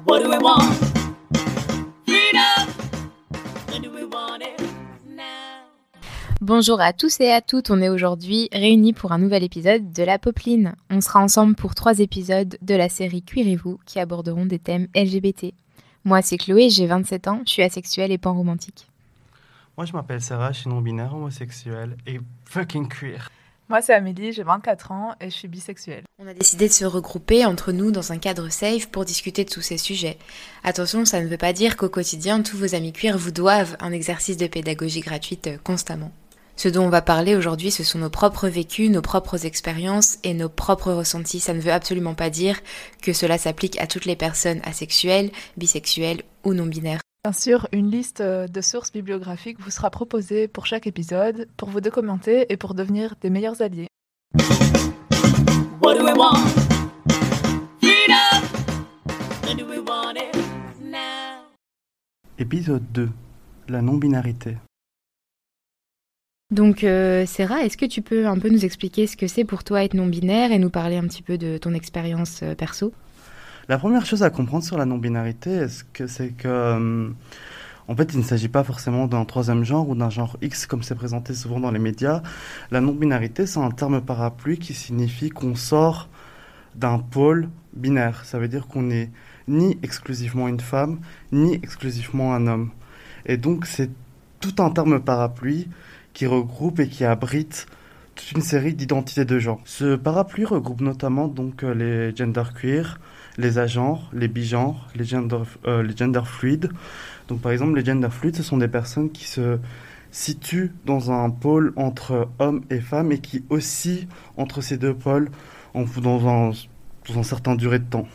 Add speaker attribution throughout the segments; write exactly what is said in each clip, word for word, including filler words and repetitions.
Speaker 1: What do we want? Freedom. When do we want it? Now.
Speaker 2: Bonjour à tous et à toutes, on est aujourd'hui réunis pour un nouvel épisode de La Popeline. On sera ensemble pour trois épisodes de la série Queerez-vous qui aborderont des thèmes L G B T. Moi c'est Chloé, j'ai vingt-sept ans, je suis asexuelle et panromantique.
Speaker 3: Moi je m'appelle Sarah, je suis non-binaire, homosexuelle et fucking queer.
Speaker 4: Moi c'est Amélie, j'ai vingt-quatre ans et je suis bisexuelle.
Speaker 2: On a décidé de se regrouper entre nous dans un cadre safe pour discuter de tous ces sujets. Attention, ça ne veut pas dire qu'au quotidien, tous vos amis queer vous doivent un exercice de pédagogie gratuite constamment. Ce dont on va parler aujourd'hui, ce sont nos propres vécus, nos propres expériences et nos propres ressentis. Ça ne veut absolument pas dire que cela s'applique à toutes les personnes asexuelles, bisexuelles ou non-binaires.
Speaker 4: Bien sûr, une liste de sources bibliographiques vous sera proposée pour chaque épisode, pour vous documenter et pour devenir des meilleurs alliés.
Speaker 1: What do we want? Freedom. When do we want it? Now.
Speaker 3: Épisode deux, la non-binarité.
Speaker 2: Donc euh, Sarah, est-ce que tu peux un peu nous expliquer ce que c'est pour toi être non-binaire et nous parler un petit peu de ton expérience euh, perso ?
Speaker 3: La première chose à comprendre sur la non-binarité, est-ce que c'est que, euh, en fait, il ne s'agit pas forcément d'un troisième genre ou d'un genre X comme c'est présenté souvent dans les médias. La non-binarité, c'est un terme parapluie qui signifie qu'on sort d'un pôle binaire. Ça veut dire qu'on n'est ni exclusivement une femme, ni exclusivement un homme. Et donc, c'est tout un terme parapluie qui regroupe et qui abrite toute une série d'identités de genre. Ce parapluie regroupe notamment donc les genderqueer, les agenres, les bigenres, les gender, euh, les gender fluides. Donc par exemple, les gender fluides, ce sont des personnes qui se situent dans un pôle entre hommes et femmes et qui oscillent entre ces deux pôles en, dans, un, dans un certain durée de temps.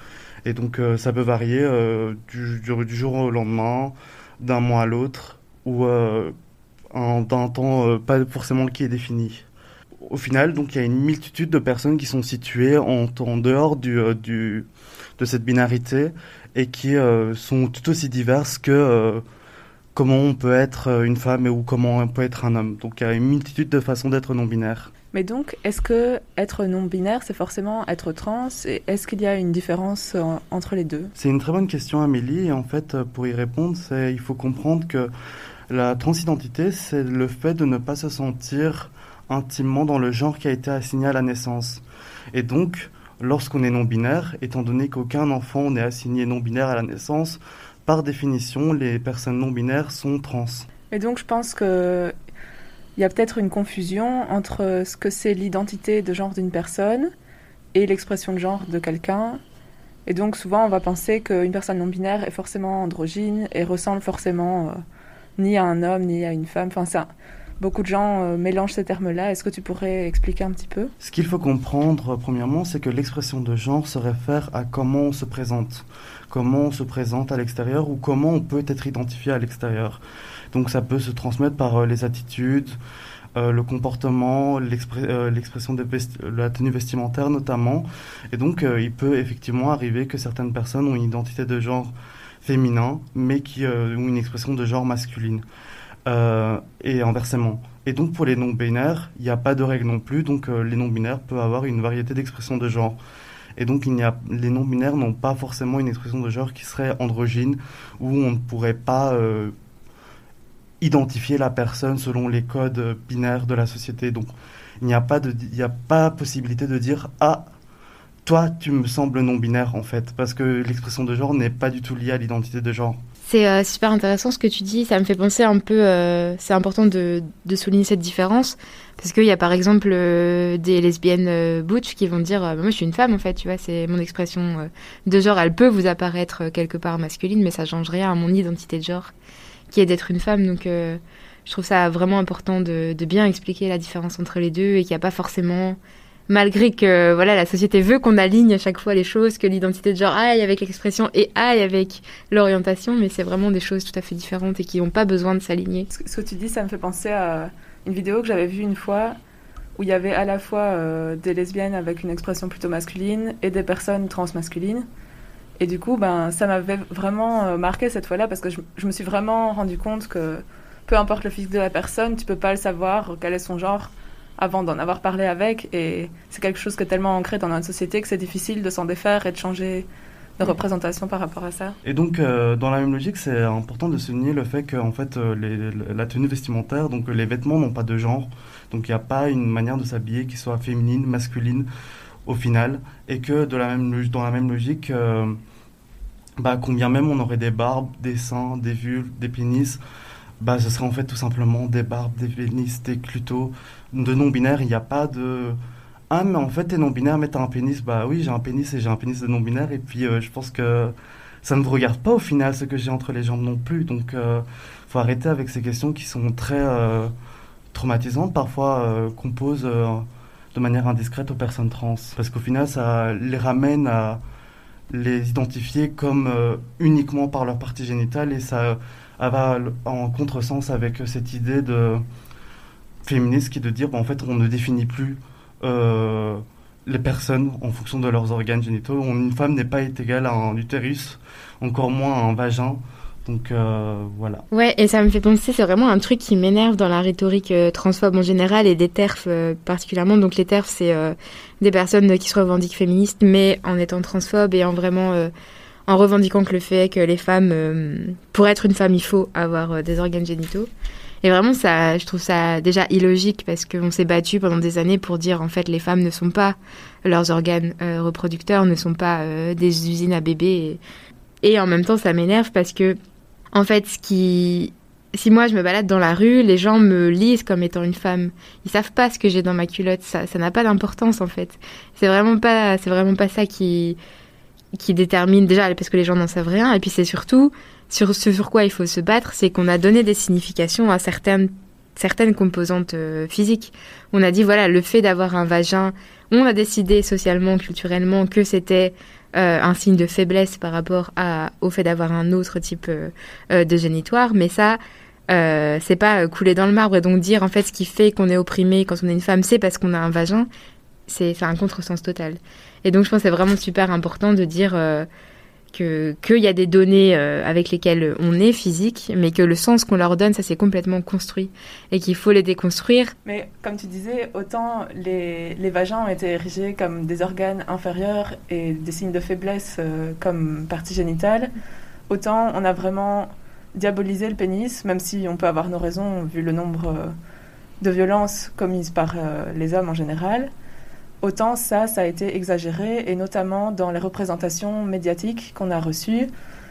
Speaker 3: Et donc euh, ça peut varier euh, du, du, du jour au lendemain, d'un mois à l'autre, ou euh, un, d'un temps euh, pas forcément qui est défini. Au final, donc, il y a une multitude de personnes qui sont situées en, en dehors du, euh, du, de cette binarité et qui euh, sont tout aussi diverses que euh, comment on peut être une femme et ou comment on peut être un homme. Donc il y a une multitude de façons d'être non-binaire.
Speaker 4: Mais donc, est-ce que être non-binaire, c'est forcément être trans et est-ce qu'il y a une différence en, entre les deux ?
Speaker 3: C'est une très bonne question, Amélie. Et en fait, pour y répondre, c'est, il faut comprendre que la transidentité, c'est le fait de ne pas se sentir intimement dans le genre qui a été assigné à la naissance. Et donc, lorsqu'on est non-binaire, étant donné qu'aucun enfant n'est assigné non-binaire à la naissance, par définition, les personnes non-binaires sont trans.
Speaker 4: Et donc, je pense qu'il y a peut-être une confusion entre ce que c'est l'identité de genre d'une personne et l'expression de genre de quelqu'un. Et donc, souvent, on va penser qu'une personne non-binaire est forcément androgyne et ressemble forcément euh, ni à un homme, ni à une femme. Enfin, c'est un... Beaucoup de gens euh, mélangent ces termes-là. Est-ce que tu pourrais expliquer un petit peu ?
Speaker 3: Ce qu'il faut comprendre, premièrement, c'est que l'expression de genre se réfère à comment on se présente. Comment on se présente à l'extérieur ou comment on peut être identifié à l'extérieur. Donc ça peut se transmettre par euh, les attitudes, euh, le comportement, l'expré- euh, l'expression de vesti- la tenue vestimentaire notamment. Et donc euh, il peut effectivement arriver que certaines personnes ont une identité de genre féminin, mais qui euh, ont une expression de genre masculine. Euh, et inversement. Et donc pour les non-binaires, il n'y a pas de règle non plus, donc euh, les non-binaires peuvent avoir une variété d'expressions de genre. Et donc il n'y a, les non-binaires n'ont pas forcément une expression de genre qui serait androgyne, où on ne pourrait pas euh, identifier la personne selon les codes binaires de la société. Donc il n'y a pas de, il n'y a pas possibilité de dire « Ah, toi tu me sembles non-binaire en fait », parce que l'expression de genre n'est pas du tout liée à l'identité de genre.
Speaker 2: C'est euh, super intéressant ce que tu dis, ça me fait penser un peu, euh, c'est important de, de souligner cette différence, parce qu'il y a par exemple euh, des lesbiennes euh, butch qui vont dire euh, « moi je suis une femme en fait, tu vois, c'est mon expression euh, de genre, elle peut vous apparaître euh, quelque part masculine, mais ça change rien à mon identité de genre, qui est d'être une femme », donc euh, je trouve ça vraiment important de, de bien expliquer la différence entre les deux, et qu'il n'y a pas forcément... Malgré que voilà, la société veut qu'on aligne à chaque fois les choses, que l'identité de genre aille avec l'expression et aille avec l'orientation, mais c'est vraiment des choses tout à fait différentes et qui n'ont pas besoin de s'aligner.
Speaker 4: Ce que tu dis, ça me fait penser à une vidéo que j'avais vue une fois où il y avait à la fois euh, des lesbiennes avec une expression plutôt masculine et des personnes transmasculines. Et du coup, ben, ça m'avait vraiment euh, marqué cette fois-là parce que je, je me suis vraiment rendu compte que peu importe le physique de la personne, tu peux pas le savoir, quel est son genre, avant d'en avoir parlé avec, et c'est quelque chose qui est tellement ancré dans notre société que c'est difficile de s'en défaire et de changer de représentation par rapport à ça.
Speaker 3: Et donc, euh, dans la même logique, c'est important de souligner le fait que en fait, euh, les, la tenue vestimentaire, donc les vêtements n'ont pas de genre. Donc, il n'y a pas une manière de s'habiller qui soit féminine, masculine, au final. Et que de la même, dans la même logique, euh, bah, combien même on aurait des barbes, des seins, des vulves, des pénis, bah, ce serait en fait tout simplement des barbes, des pénis, des clutos. De non-binaire, il n'y a pas de... Ah, mais en fait, t'es non-binaire, mais t'as un pénis. Bah oui, j'ai un pénis et j'ai un pénis de non-binaire. Et puis, euh, je pense que ça ne vous regarde pas au final, ce que j'ai entre les jambes non plus. Donc, euh, faut arrêter avec ces questions qui sont très euh, traumatisantes, parfois, euh, qu'on pose euh, de manière indiscrète aux personnes trans. Parce qu'au final, ça les ramène à les identifier comme euh, uniquement par leur partie génitale. Et ça, ça va en contresens avec cette idée de féministe qui est de dire, bah, en fait, on ne définit plus Euh, les personnes en fonction de leurs organes génitaux. Une femme n'est pas égale à un utérus, encore moins à un vagin. Donc euh, voilà.
Speaker 2: Ouais, et ça me fait penser, c'est vraiment un truc qui m'énerve dans la rhétorique euh, transphobe en général et des TERF euh, particulièrement. Donc les TERF, c'est euh, des personnes qui se revendiquent féministes, mais en étant transphobes et en vraiment euh, en revendiquant que le fait que les femmes, euh, pour être une femme, il faut avoir euh, des organes génitaux. Et vraiment, ça, je trouve ça déjà illogique parce qu'on s'est battu pendant des années pour dire en fait les femmes ne sont pas leurs organes euh, reproducteurs, ne sont pas euh, des usines à bébés. Et, et en même temps, ça m'énerve parce que en fait, ce qui, si moi je me balade dans la rue, les gens me lisent comme étant une femme. Ils savent pas ce que j'ai dans ma culotte. Ça, ça n'a pas d'importance en fait. C'est vraiment pas, c'est vraiment pas ça qui, qui détermine déjà parce que les gens n'en savent rien. Et puis c'est surtout Sur ce sur quoi il faut se battre, c'est qu'on a donné des significations à certaines, certaines composantes euh, physiques. On a dit, voilà, le fait d'avoir un vagin, on a décidé socialement, culturellement, que c'était euh, un signe de faiblesse par rapport à, au fait d'avoir un autre type euh, euh, de génitoire. Mais ça, euh, c'est pas couler dans le marbre. Et donc dire, en fait, ce qui fait qu'on est opprimé quand on est une femme, c'est parce qu'on a un vagin, c'est, c'est un contresens total. Et donc, je pense que c'est vraiment super important de dire... Euh, que qu'il y a des données euh, avec lesquelles on est physique, mais que le sens qu'on leur donne, ça s'est complètement construit et qu'il faut les déconstruire.
Speaker 4: Mais comme tu disais, autant les, les vagins ont été érigés comme des organes inférieurs et des signes de faiblesse euh, comme partie génitale, autant on a vraiment diabolisé le pénis, même si on peut avoir nos raisons vu le nombre euh, de violences commises par euh, les hommes en général. Autant ça, ça a été exagéré, et notamment dans les représentations médiatiques qu'on a reçues,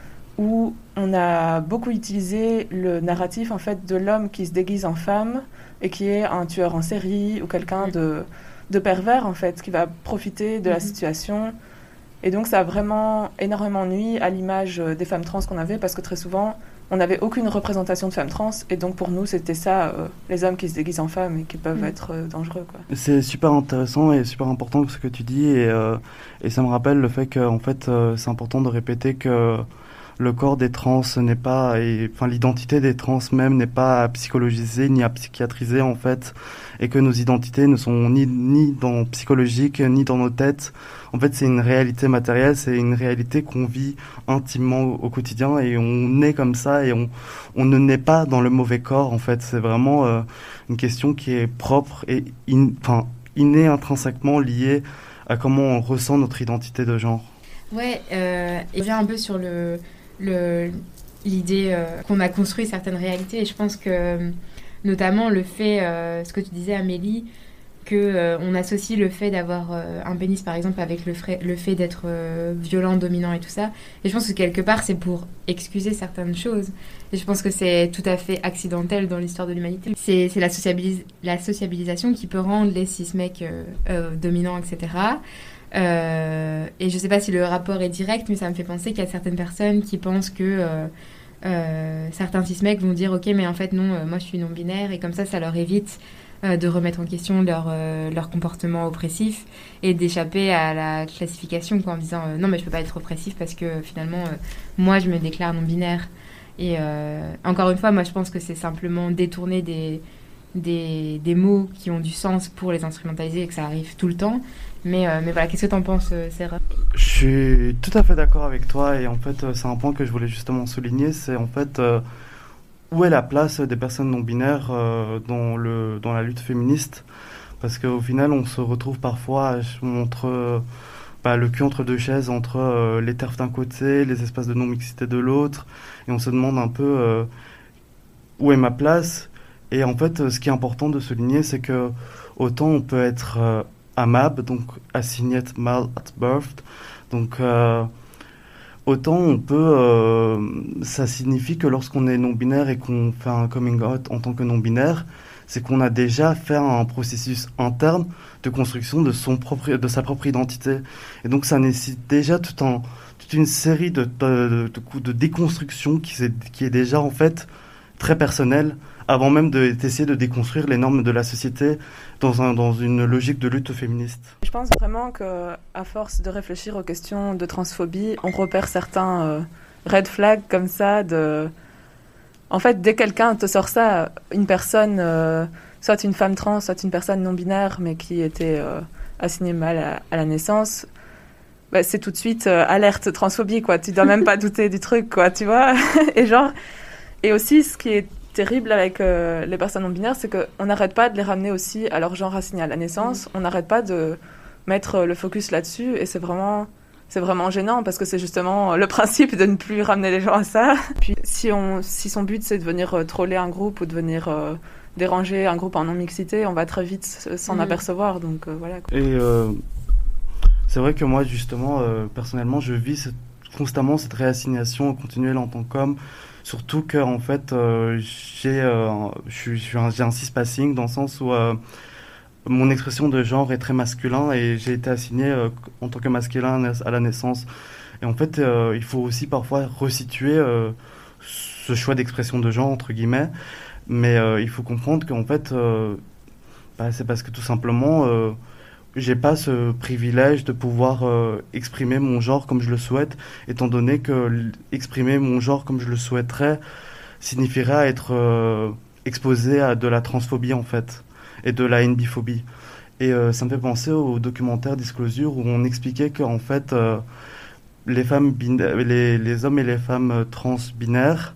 Speaker 4: où on a beaucoup utilisé le narratif en fait, de l'homme qui se déguise en femme et qui est un tueur en série ou quelqu'un de, de pervers, en fait, qui va profiter de la situation. Et donc ça a vraiment énormément nui à l'image des femmes trans qu'on avait, parce que très souvent, on n'avait aucune représentation de femmes trans, et donc pour nous, c'était ça, euh, les hommes qui se déguisent en femmes et qui peuvent mmh. être euh, dangereux, quoi.
Speaker 3: C'est super intéressant et super important ce que tu dis, et, euh, et ça me rappelle le fait que en fait, euh, c'est important de répéter que le corps des trans n'est pas, et, enfin l'identité des trans même n'est pas à psychologiser ni à psychiatriser en fait, et que nos identités ne sont ni, ni dans psychologique ni dans nos têtes. En fait, c'est une réalité matérielle, c'est une réalité qu'on vit intimement au, au quotidien, et on est comme ça, et on, on ne naît pas dans le mauvais corps, en fait. C'est vraiment euh, une question qui est propre et in, enfin, innée intrinsèquement liée à comment on ressent notre identité de genre.
Speaker 2: Ouais, euh, et je viens un peu sur le, le, l'idée euh, qu'on a construit certaines réalités, et je pense que notamment le fait, euh, ce que tu disais Amélie, que euh, on associe le fait d'avoir euh, un pénis par exemple avec le, frais, le fait d'être euh, violent, dominant et tout ça, et je pense que quelque part c'est pour excuser certaines choses, et je pense que c'est tout à fait accidentel dans l'histoire de l'humanité. C'est, c'est la, sociabilis- la sociabilisation qui peut rendre les cis-mecs euh, euh, dominants, et cetera. Euh, et je sais pas si le rapport est direct, mais ça me fait penser qu'il y a certaines personnes qui pensent que euh, euh, certains cis-mecs vont dire ok, mais en fait non, euh, moi je suis non-binaire, et comme ça ça leur évite euh, de remettre en question leur, euh, leur comportement oppressif et d'échapper à la classification, quoi, en disant euh, non mais je peux pas être oppressif parce que finalement euh, moi je me déclare non-binaire. Et euh, encore une fois, moi je pense que c'est simplement détourner des, des, des mots qui ont du sens pour les instrumentaliser, et que ça arrive tout le temps. Mais, euh, mais voilà, qu'est-ce que t'en penses, Sarah ?
Speaker 3: Je suis tout à fait d'accord avec toi, et en fait, c'est un point que je voulais justement souligner, c'est en fait euh, où est la place des personnes non-binaires euh, dans, le, dans la lutte féministe, parce qu'au final, on se retrouve parfois entre bah, le cul entre deux chaises, entre euh, les TERF d'un côté, les espaces de non-mixité de l'autre, et on se demande un peu euh, où est ma place. Et en fait, ce qui est important de souligner, c'est que autant on peut être euh, A M A B, donc Assignate Male at Birth, donc euh, autant on peut, euh, ça signifie que lorsqu'on est non-binaire et qu'on fait un coming out en tant que non-binaire, c'est qu'on a déjà fait un processus interne de construction de, son propre, de sa propre identité. Et donc ça nécessite déjà tout un, toute une série de, de, de, de déconstruction qui est, qui est déjà en fait très personnelle, avant même de, d'essayer de déconstruire les normes de la société dans, un, dans une logique de lutte féministe.
Speaker 4: Je pense vraiment qu'à force de réfléchir aux questions de transphobie, on repère certains euh, red flags comme ça de... En fait, dès que quelqu'un te sort ça, une personne, euh, soit une femme trans, soit une personne non-binaire, mais qui était euh, assignée mâle à, à la naissance, bah, c'est tout de suite euh, alerte transphobie, quoi. Tu dois même pas douter du truc, quoi, tu vois. Et genre, et aussi, ce qui est terrible avec euh, les personnes non-binaires, c'est qu'on n'arrête pas de les ramener aussi à leur genre assigné à la naissance. On n'arrête pas de mettre le focus là-dessus, et c'est vraiment... C'est vraiment gênant parce que c'est justement le principe de ne plus ramener les gens à ça. Puis si, on, si son but c'est de venir euh, troller un groupe ou de venir euh, déranger un groupe en non-mixité, on va très vite s'en mmh. apercevoir. Donc euh, voilà. Quoi.
Speaker 3: Et euh, c'est vrai que moi justement, euh, personnellement, je vis cette, constamment cette réassignation continuelle en tant qu'homme. Surtout que en fait, euh, j'ai, euh, je suis un, j'ai un cispassing dans le sens où euh, mon expression de genre est très masculin et j'ai été assigné euh, en tant que masculin à la naissance. Et en fait, euh, il faut aussi parfois resituer euh, ce choix d'expression de genre, entre guillemets. Mais euh, il faut comprendre qu'en fait, euh, bah, c'est parce que tout simplement, euh, j'ai pas ce privilège de pouvoir euh, exprimer mon genre comme je le souhaite, étant donné que exprimer mon genre comme je le souhaiterais signifierait être euh, exposé à de la transphobie, en fait, et de la N B phobie. Et euh, ça me fait penser au documentaire Disclosure où on expliquait qu'en fait, euh, les, femmes bina- les, les hommes et les femmes trans binaires,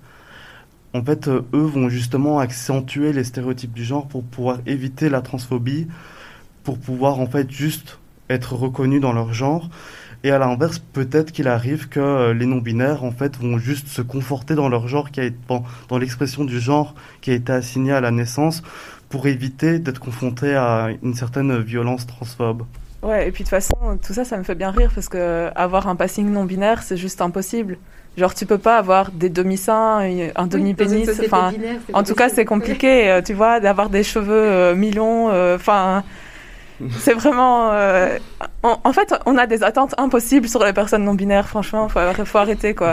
Speaker 3: en fait, euh, eux vont justement accentuer les stéréotypes du genre pour pouvoir éviter la transphobie, pour pouvoir en fait juste être reconnus dans leur genre. Et à l'inverse, peut-être qu'il arrive que euh, les non-binaires en fait vont juste se conforter dans leur genre, qui a été, dans, dans l'expression du genre qui a été assignée à la naissance, pour éviter d'être confronté à une certaine violence transphobe.
Speaker 4: Ouais, et puis de toute façon, tout ça, ça me fait bien rire, parce que avoir un passing non-binaire, c'est juste impossible. Genre, tu peux pas avoir des demi-seins, un oui, demi-pénis, enfin, en tout cas, c'est compliqué, tu vois, d'avoir des cheveux euh, mi-longs, enfin... Euh, c'est vraiment... Euh, en, en fait, on a des attentes impossibles sur les personnes non-binaires, franchement, faut, faut arrêter, quoi.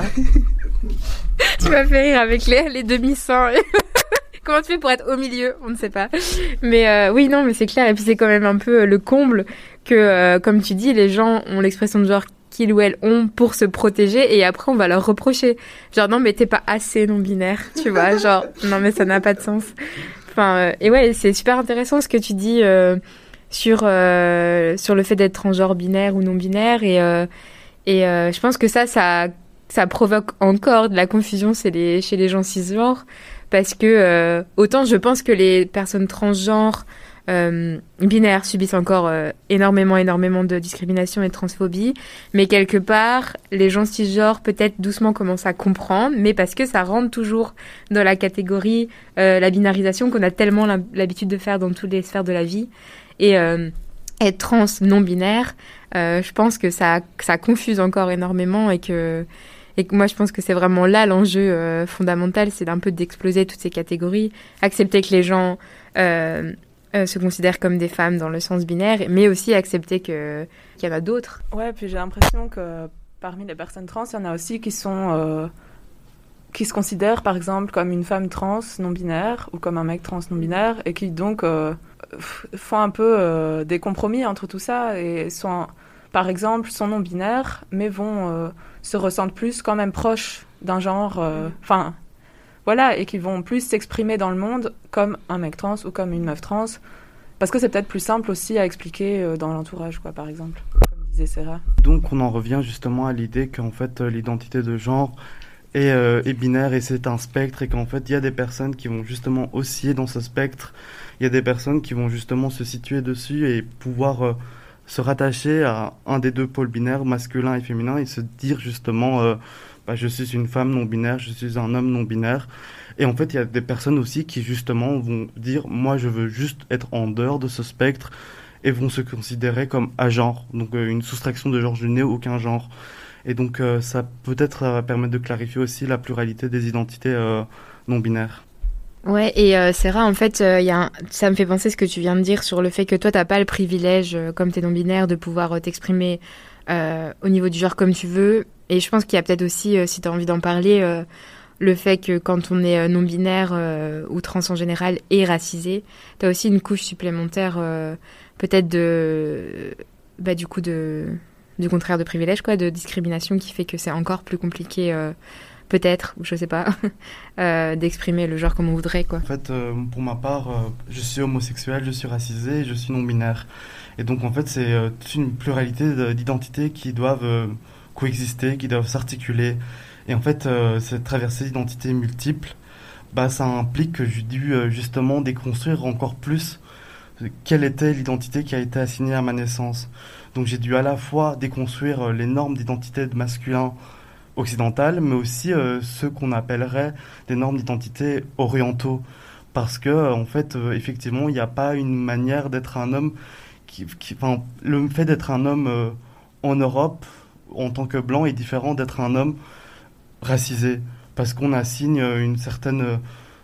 Speaker 2: Tu m'as fait rire avec les, les demi-seins. Comment tu fais pour être au milieu? On ne sait pas. Mais euh, oui, non, mais c'est clair. Et puis c'est quand même un peu le comble que, euh, comme tu dis, les gens ont l'expression de genre qu'ils ou elles ont pour se protéger, et après on va leur reprocher. Genre, non, mais t'es pas assez non-binaire, tu vois. Genre, non, mais ça n'a pas de sens. Enfin, euh, et ouais, c'est super intéressant ce que tu dis euh, sur, euh, sur le fait d'être transgenre binaire ou non-binaire. Et, euh, et euh, je pense que ça, ça, ça provoque encore de la confusion chez les, chez les gens cisgenres. Parce que euh, autant je pense que les personnes transgenres euh, binaires subissent encore euh, énormément, énormément de discrimination et de transphobie, mais quelque part, les gens cisgenres peut-être doucement commencent à comprendre, mais parce que ça rentre toujours dans la catégorie euh, la binarisation qu'on a tellement l'habitude de faire dans toutes les sphères de la vie. Et euh, être trans non binaire, euh, je pense que ça, ça confuse encore énormément, et que Et moi, je pense que c'est vraiment là l'enjeu euh, fondamental, c'est d'un peu d'exploser toutes ces catégories, accepter que les gens euh, euh, se considèrent comme des femmes dans le sens binaire, mais aussi accepter que, qu'il y en a d'autres.
Speaker 4: Ouais, puis j'ai l'impression que parmi les personnes trans, il y en a aussi qui sont euh, qui se considèrent, par exemple, comme une femme trans non-binaire ou comme un mec trans non-binaire, et qui donc euh, font un peu euh, des compromis entre tout ça, et sont, par exemple, sont non-binaires, mais vont... Euh, se ressentent plus quand même proches d'un genre, enfin, euh, voilà, et qui vont plus s'exprimer dans le monde comme un mec trans ou comme une meuf trans, parce que c'est peut-être plus simple aussi à expliquer euh, dans l'entourage, quoi, par exemple, comme disait Sarah.
Speaker 3: Donc on en revient justement à l'idée qu'en fait euh, l'identité de genre est, euh, est binaire, et c'est un spectre, et qu'en fait il y a des personnes qui vont justement osciller dans ce spectre, il y a des personnes qui vont justement se situer dessus et pouvoir... Euh, se rattacher à un des deux pôles binaires, masculin et féminin, et se dire justement euh, bah, je suis une femme non binaire, je suis un homme non binaire. Et en fait, il y a des personnes aussi qui justement vont dire moi je veux juste être en dehors de ce spectre, et vont se considérer comme agenre, donc euh, une soustraction de genre, je n'ai aucun genre. Et donc euh, ça peut-être euh, permettre de clarifier aussi la pluralité des identités euh, non binaires.
Speaker 2: Ouais, et euh, Sarah, en fait, euh, y a un... ça me fait penser ce que tu viens de dire sur le fait que toi, t'as pas le privilège, euh, comme t'es non-binaire, de pouvoir euh, t'exprimer euh, au niveau du genre comme tu veux. Et je pense qu'il y a peut-être aussi, euh, si t'as envie d'en parler, euh, le fait que quand on est euh, non-binaire euh, ou trans en général et racisé, t'as aussi une couche supplémentaire, euh, peut-être de, bah du coup de, du contraire de privilège, quoi, de discrimination, qui fait que c'est encore plus compliqué. Euh, peut-être, je sais pas, euh, d'exprimer le genre comme on voudrait, quoi.
Speaker 3: En fait, euh, pour ma part, euh, je suis homosexuel, je suis racisé et je suis non-binaire. Et donc, en fait, c'est euh, toute une pluralité de- d'identités qui doivent euh, coexister, qui doivent s'articuler. Et en fait, euh, cette traversée d'identités multiples, bah, ça implique que j'ai dû euh, justement déconstruire encore plus euh, quelle était l'identité qui a été assignée à ma naissance. Donc, j'ai dû à la fois déconstruire euh, les normes d'identité de masculin occidentales, mais aussi euh, ceux qu'on appellerait des normes d'identité orientaux. Parce que, euh, en fait, euh, effectivement, il n'y a pas une manière d'être un homme qui, qui- enfin, le fait d'être un homme euh, en Europe, en tant que blanc, est différent d'être un homme racisé. Parce qu'on assigne euh, une certaine, euh,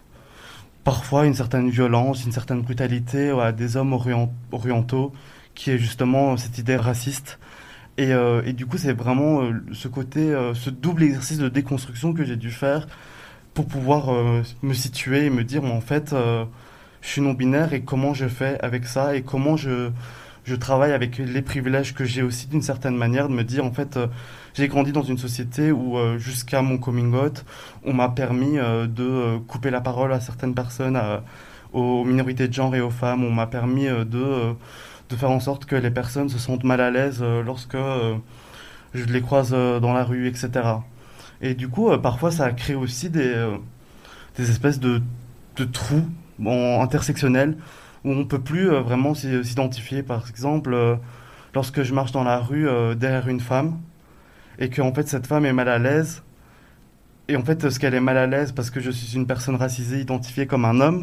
Speaker 3: parfois une certaine violence, une certaine brutalité à des hommes orient- orientaux, qui est justement cette idée raciste. Et, euh, et du coup, c'est vraiment euh, ce côté, euh, ce double exercice de déconstruction que j'ai dû faire pour pouvoir euh, me situer et me dire, mais en fait, euh, je suis non-binaire et comment je fais avec ça et comment je, je travaille avec les privilèges que j'ai aussi d'une certaine manière, de me dire, en fait, euh, j'ai grandi dans une société où, euh, jusqu'à mon coming out, on m'a permis euh, de euh, couper la parole à certaines personnes, à- aux minorités de genre et aux femmes. On m'a permis euh, de... euh, de faire en sorte que les personnes se sentent mal à l'aise euh, lorsque euh, je les croise euh, dans la rue, et cetera. Et du coup, euh, parfois, ça crée aussi des, euh, des espèces de, de trous bon, intersectionnels où on peut plus euh, vraiment s'y- s'identifier. Par exemple, euh, lorsque je marche dans la rue euh, derrière une femme et que en fait cette femme est mal à l'aise, et en fait ce qu'elle est mal à l'aise parce que je suis une personne racisée identifiée comme un homme,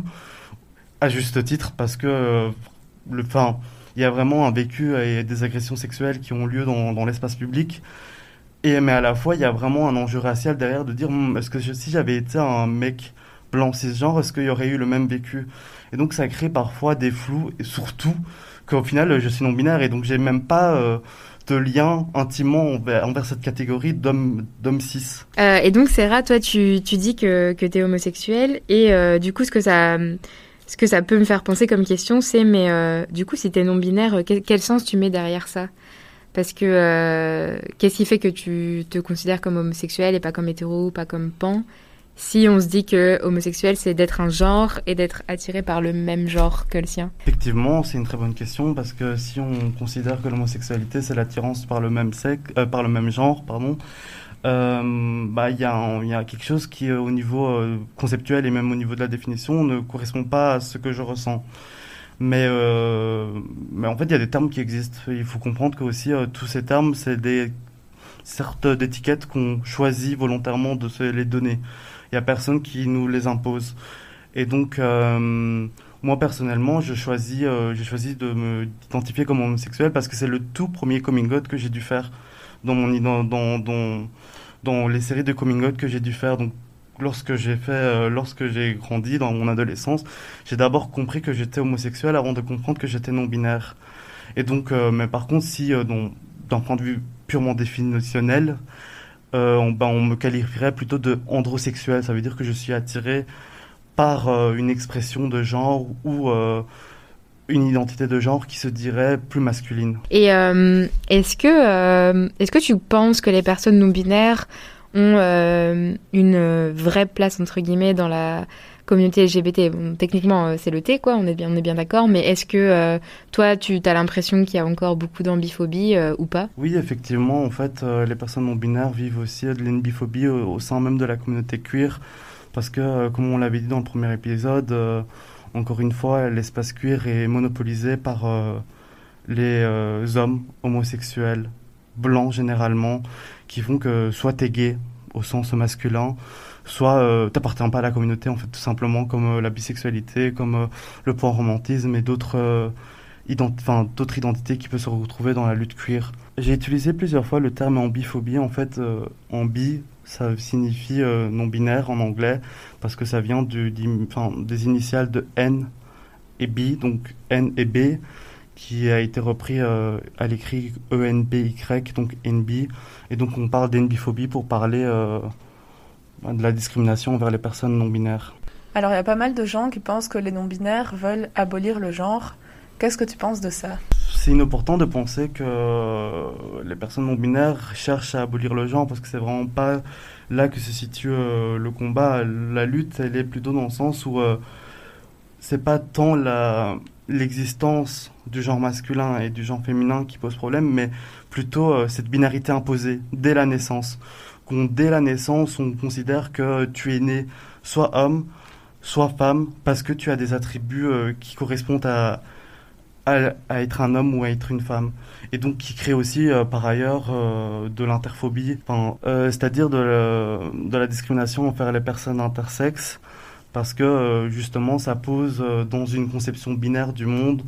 Speaker 3: à juste titre, parce que euh, le, enfin, il y a vraiment un vécu et des agressions sexuelles qui ont lieu dans, dans l'espace public. Et, mais à la fois, il y a vraiment un enjeu racial derrière de dire, Hum, est-ce que je- si j'avais été un mec blanc cisgenre, est-ce qu'il y aurait eu le même vécu? Et donc, ça crée parfois des flous, et surtout qu'au final, je suis non-binaire, et donc j'ai même pas euh, de lien intimement envers, envers cette catégorie d'homme, d'homme cis.
Speaker 2: Euh, et donc, Sarah, toi, tu, tu dis que, que t'es homosexuel, et euh, du coup, ce que ça, ce que ça peut me faire penser comme question, c'est, mais euh, du coup, si t'es non-binaire, euh, quel, quel sens tu mets derrière ça? Parce que euh, qu'est-ce qui fait que tu te considères comme homosexuel et pas comme hétéro, pas comme pan, si on se dit que homosexuel, c'est d'être un genre et d'être attiré par le même genre que le sien?
Speaker 3: Effectivement, c'est une très bonne question parce que si on considère que l'homosexualité c'est l'attirance par le même sexe, euh, par le même genre, pardon, euh, bah il y a un- il y a quelque chose qui euh, au niveau euh, conceptuel et même au niveau de la définition ne correspond pas à ce que je ressens. Mais euh, mais en fait il y a des termes qui existent. Il faut comprendre que aussi euh, tous ces termes c'est des sortes d'étiquettes qu'on choisit volontairement de se les donner. Il y a personne qui nous les impose. Et donc, euh, moi personnellement, je choisis, euh, j'ai choisi de me identifier comme homosexuel parce que c'est le tout premier coming out que j'ai dû faire dans mon id- dans, dans, dans, dans les séries de coming out que j'ai dû faire. Donc, lorsque j'ai fait, euh, lorsque j'ai grandi dans mon adolescence, j'ai d'abord compris que j'étais homosexuel avant de comprendre que j'étais non binaire. Et donc, euh, mais par contre, si euh, dans- d'un point de vue purement définitionnel, euh, on, ben, on me qualifierait plutôt de androsexuel. Ça veut dire que je suis attiré par euh, une expression de genre ou euh, une identité de genre qui se dirait plus masculine.
Speaker 2: Et euh, est-ce que, euh, est-ce que tu penses que les personnes non-binaires ont euh, une vraie place, entre guillemets, dans la communauté L G B T? Bon, techniquement, euh, c'est le T, quoi, on est bien, on est bien d'accord, mais est-ce que euh, toi, tu as l'impression qu'il y a encore beaucoup d'ambiphobie euh, ou pas?
Speaker 3: Oui, effectivement, en fait, euh, les personnes non binaires vivent aussi de l'ambiphobie au, au sein même de la communauté queer, parce que, euh, comme on l'avait dit dans le premier épisode, euh, encore une fois, l'espace queer est monopolisé par euh, les euh, hommes homosexuels, blancs généralement, qui font que soit t'es gay au sens masculin, soit euh, t'appartiens pas à la communauté, en fait, tout simplement, comme euh, la bisexualité, comme euh, le panromantisme et d'autres euh, ident- enfin, d'autres identités qui peuvent se retrouver dans la lutte queer. J'ai utilisé plusieurs fois le terme ambiphobie. En fait, euh, ambi, ça signifie euh, non-binaire en anglais, parce que ça vient du, d'im- enfin, des initiales de N et B, donc N et B, qui a été repris euh, à l'écrit E N B Y, donc N B. Et donc on parle d'enbiphobie pour parler euh, de la discrimination envers les personnes non-binaires.
Speaker 4: Alors il y a pas mal de gens qui pensent que les non-binaires veulent abolir le genre. Qu'est-ce que tu penses de ça?
Speaker 3: C'est inopportun de penser que euh, les personnes non-binaires cherchent à abolir le genre, parce que c'est vraiment pas là que se situe euh, le combat. La lutte, elle est plutôt dans le sens où euh, c'est pas tant la, l'existence du genre masculin et du genre féminin qui pose problème, mais plutôt euh, cette binarité imposée dès la naissance. Qu'on, dès la naissance, on considère que tu es né soit homme, soit femme, parce que tu as des attributs euh, qui correspondent à, à, à être un homme ou à être une femme. Et donc qui crée aussi euh, par ailleurs euh, de l'interphobie, enfin, euh, c'est-à-dire de, le, de la discrimination envers les personnes intersexes, parce que euh, justement ça pose euh, dans une conception binaire du monde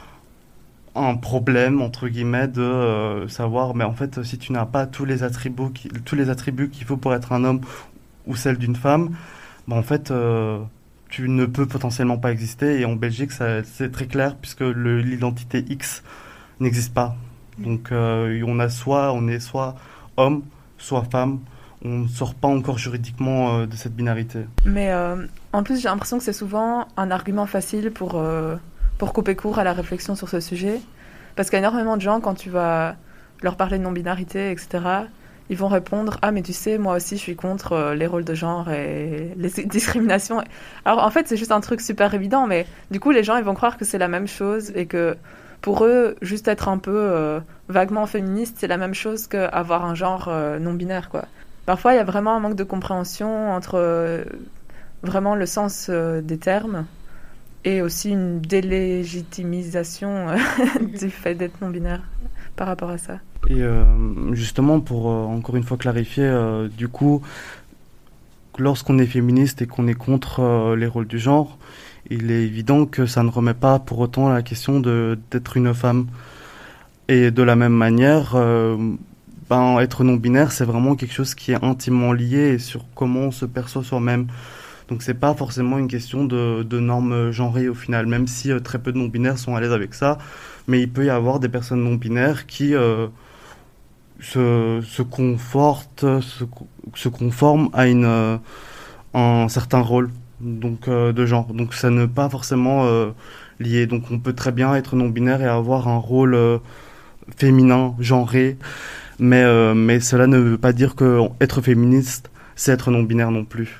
Speaker 3: un problème entre guillemets de euh, savoir, mais en fait si tu n'as pas tous les attributs qui, tous les attributs qu'il faut pour être un homme ou celle d'une femme, bah, en fait euh, tu ne peux potentiellement pas exister. Et en Belgique ça, c'est très clair, puisque le, l'identité X n'existe pas. Donc euh, on a soit on est soit homme, soit femme. On ne sort pas encore juridiquement euh, de cette binarité.
Speaker 4: Mais euh, en plus, j'ai l'impression que c'est souvent un argument facile pour, euh, pour couper court à la réflexion sur ce sujet. Parce qu'il y a énormément de gens, quand tu vas leur parler de non-binarité, et cetera, ils vont répondre « Ah, mais tu sais, moi aussi, je suis contre euh, les rôles de genre et les discriminations. » Alors, en fait, c'est juste un truc super évident, mais du coup, les gens, ils vont croire que c'est la même chose et que pour eux, juste être un peu euh, vaguement féministe, c'est la même chose qu'avoir un genre euh, non-binaire, quoi. Parfois, il y a vraiment un manque de compréhension entre euh, vraiment le sens euh, des termes et aussi une délégitimisation euh, du fait d'être non-binaire par rapport à ça.
Speaker 3: Et euh, justement, pour euh, encore une fois clarifier, euh, du coup, lorsqu'on est féministe et qu'on est contre euh, les rôles du genre, il est évident que ça ne remet pas pour autant la question de, d'être une femme. Et de la même manière... Euh, Ben, être non-binaire, c'est vraiment quelque chose qui est intimement lié sur comment on se perçoit soi-même. Donc c'est pas forcément une question de, de normes genrées au final, même si euh, très peu de non-binaires sont à l'aise avec ça. Mais il peut y avoir des personnes non-binaires qui euh, se, se confortent, se, se conforment à une, euh, un certain rôle donc, euh, de genre. Donc ça n'est pas forcément euh, lié. Donc on peut très bien être non-binaire et avoir un rôle euh, féminin, genré. Mais, euh, mais cela ne veut pas dire qu'être féministe, c'est être non-binaire non plus.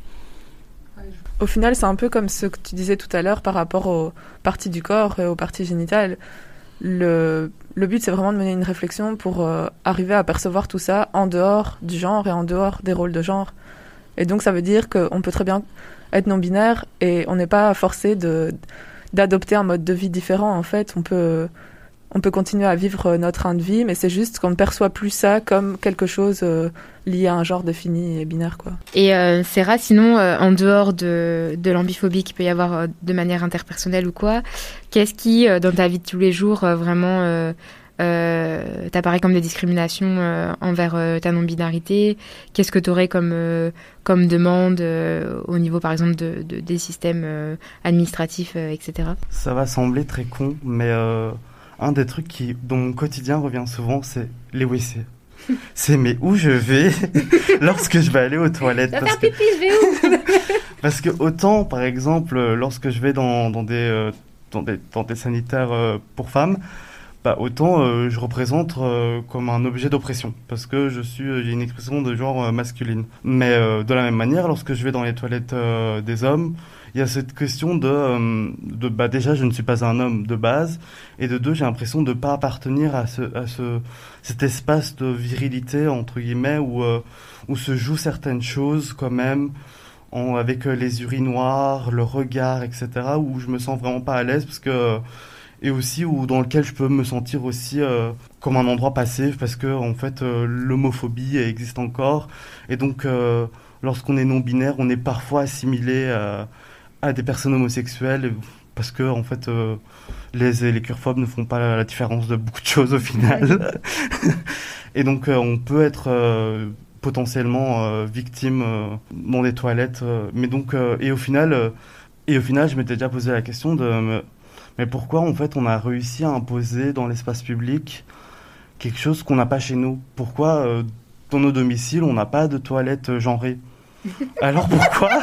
Speaker 4: Au final, c'est un peu comme ce que tu disais tout à l'heure par rapport aux parties du corps et aux parties génitales. Le, le but, c'est vraiment de mener une réflexion pour euh, arriver à percevoir tout ça en dehors du genre et en dehors des rôles de genre. Et donc, ça veut dire qu'on peut très bien être non-binaire et on n'est pas forcé de, d'adopter un mode de vie différent. En fait, on peut... On peut continuer à vivre notre train de vie, mais c'est juste qu'on ne perçoit plus ça comme quelque chose euh, lié à un genre défini et binaire, quoi.
Speaker 2: Et euh, Sarah, sinon, euh, en dehors de, de l'ambiphobie qu'il peut y avoir euh, de manière interpersonnelle ou quoi, qu'est-ce qui, euh, dans ta vie de tous les jours, euh, vraiment euh, euh, t'apparaît comme des discriminations euh, envers euh, ta non-binarité? Qu'est-ce que tu aurais comme, euh, comme demande euh, au niveau, par exemple, de, de, des systèmes euh, administratifs, euh, et cetera?
Speaker 3: Ça va sembler très con, mais... Euh... Un des trucs qui, dans mon quotidien, revient souvent, c'est les W C. C'est mais où je vais lorsque je vais aller aux toilettes.
Speaker 2: Ça
Speaker 3: parce
Speaker 2: faire pipi, je vais où?
Speaker 3: Parce que autant, par exemple, lorsque je vais dans, dans, des, euh, dans, des, dans des sanitaires euh, pour femmes, bah, autant euh, je représente euh, comme un objet d'oppression. Parce que je suis, j'ai une expression de genre euh, masculine. Mais euh, de la même manière, lorsque je vais dans les toilettes euh, des hommes, il y a cette question de, euh, de bah déjà je ne suis pas un homme de base, et de deux j'ai l'impression de ne pas appartenir à ce à ce cet espace de virilité entre guillemets où euh, où se jouent certaines choses quand même, en, avec euh, les urinoirs, le regard, et cetera, où je me sens vraiment pas à l'aise parce que et aussi ou dans lequel je peux me sentir aussi euh, comme un endroit passé parce que en fait euh, l'homophobie existe encore et donc euh, lorsqu'on est non-binaire on est parfois assimilé euh, à des personnes homosexuelles parce que en fait euh, les, les queerphobes ne font pas la, la différence de beaucoup de choses au final et donc euh, on peut être euh, potentiellement euh, victime euh, dans des toilettes euh, mais donc euh, et au final euh, et au final je m'étais déjà posé la question de me mais pourquoi, en fait, on a réussi à imposer dans l'espace public quelque chose qu'on n'a pas chez nous? Pourquoi, euh, dans nos domiciles, on n'a pas de toilettes euh, genrées? Alors pourquoi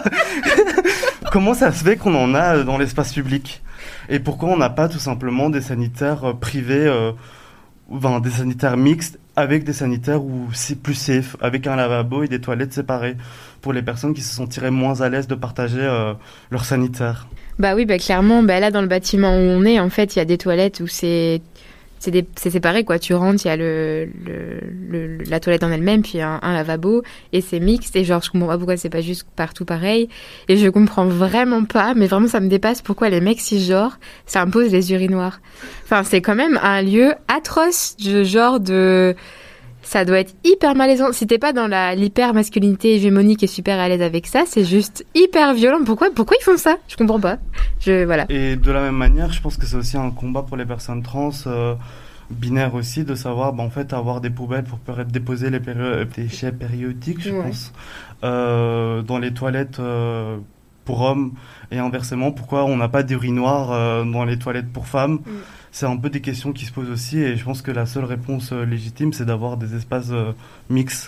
Speaker 3: Comment ça se fait qu'on en a euh, dans l'espace public? Et pourquoi on n'a pas tout simplement des sanitaires euh, privés, euh, enfin, des sanitaires mixtes, avec des sanitaires où c'est plus safe, avec un lavabo et des toilettes séparées, pour les personnes qui se sentiraient moins à l'aise de partager euh, leur sanitaire?
Speaker 2: Bah oui, bah clairement, bah là dans le bâtiment où on est, en fait, il y a des toilettes où c'est c'est, des, c'est séparé quoi. Tu rentres, il y a le, le, le la toilette en elle-même, puis un, un lavabo et c'est mixte. Et genre je comprends pas pourquoi c'est pas juste partout pareil. Et je comprends vraiment pas, mais vraiment ça me dépasse pourquoi les mecs cisgenres s'imposent les urinoirs. Enfin c'est quand même un lieu atroce, de genre de ça doit être hyper malaisant. Si t'es pas dans la, l'hyper masculinité hégémonique et super à l'aise avec ça, c'est juste hyper violent. Pourquoi, pourquoi ils font ça? Je comprends pas. Je, voilà.
Speaker 3: Et de la même manière, je pense que c'est aussi un combat pour les personnes trans, euh, binaires aussi, de savoir, bah, en fait, avoir des poubelles pour pouvoir déposer les péri- déchets périodiques, je
Speaker 2: Ouais.
Speaker 3: pense, euh, dans les toilettes euh, pour hommes. Et inversement, pourquoi on n'a pas d'urinoir euh, dans les toilettes pour femmes?
Speaker 2: Mm.
Speaker 3: C'est un peu des questions qui se posent aussi et je pense que la seule réponse euh, légitime, c'est d'avoir des espaces euh, mixtes.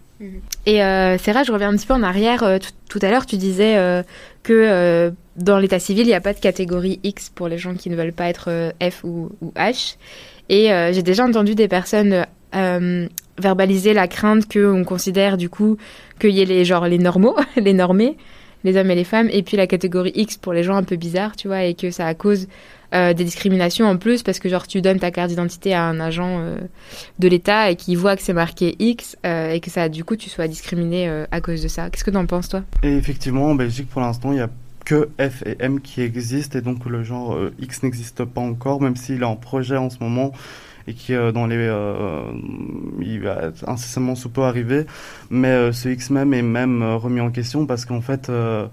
Speaker 2: Et euh, Sarah, je reviens un petit peu en arrière. Euh, tout, tout à l'heure, tu disais euh, que euh, dans l'état civil, il n'y a pas de catégorie X pour les gens qui ne veulent pas être euh, F ou, ou H. Et euh, j'ai déjà entendu des personnes euh, verbaliser la crainte qu'on considère du coup qu'il y ait les, genre, les normaux, les normés, les hommes et les femmes, et puis la catégorie X pour les gens un peu bizarres, tu vois, et que ça cause euh, des discriminations en plus parce que genre tu donnes ta carte d'identité à un agent euh, de l'État et qu'il voit que c'est marqué X euh, et que ça du coup tu sois discriminé euh, à cause de ça. Qu'est-ce que t'en penses toi?
Speaker 3: Et effectivement, en Belgique, pour l'instant, il n'y a que F et M qui existent et donc le genre euh, X n'existe pas encore, même s'il est en projet en ce moment et qui euh, dans les euh, il va incessamment sous peu arriver, mais euh, ce X même est même euh, remis en question parce qu'en fait euh,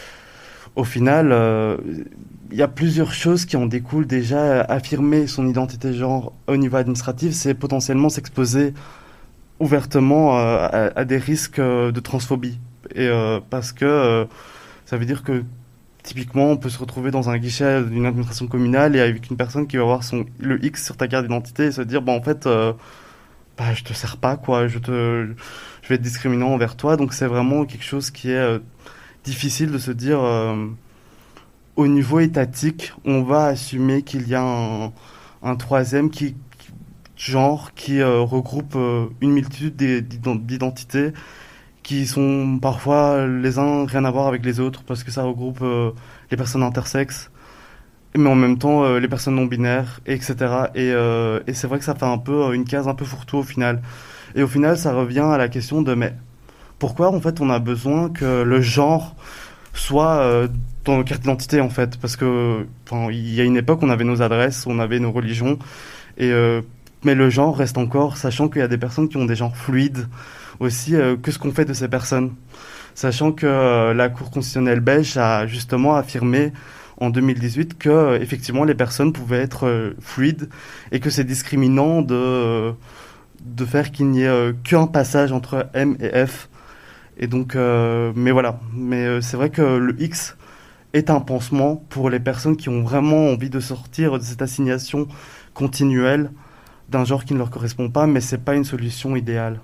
Speaker 3: au final euh, il y a plusieurs choses qui en découlent. Déjà, affirmer son identité de genre au niveau administratif, c'est potentiellement s'exposer ouvertement euh, à, à des risques euh, de transphobie et euh, parce que euh, ça veut dire que typiquement, on peut se retrouver dans un guichet d'une administration communale et avec une personne qui va avoir son, le X sur ta carte d'identité et se dire, bah, en fait, euh, bah, je te sers pas, quoi, je te, je vais être discriminant envers toi. Donc, c'est vraiment quelque chose qui est euh, difficile de se dire, euh, au niveau étatique, on va assumer qu'il y a un, un troisième qui, qui- genre qui euh, regroupe euh, une multitude d'ident- d'identités qui sont parfois les uns rien à voir avec les autres parce que ça regroupe euh, les personnes intersexes mais en même temps euh, les personnes non binaires et etc et, euh, et c'est vrai que ça fait un peu euh, une case un peu fourre-tout au final et au final ça revient à la question de mais pourquoi en fait on a besoin que le genre soit euh, dans nos cartes d'identité en fait parce que enfin il y a une époque on avait nos adresses on avait nos religions et euh, mais le genre reste encore sachant qu'il y a des personnes qui ont des genres fluides aussi euh, que ce qu'on fait de ces personnes. Sachant que euh, la Cour constitutionnelle belge a justement affirmé en deux mille dix-huit que euh, effectivement les personnes pouvaient être euh, fluides et que c'est discriminant de, euh, de faire qu'il n'y ait euh, qu'un passage entre M et F. Et donc, euh, mais voilà. Mais euh, c'est vrai que le X est un pansement pour les personnes qui ont vraiment envie de sortir de cette assignation continuelle d'un genre qui ne leur correspond pas, mais c'est pas une solution idéale.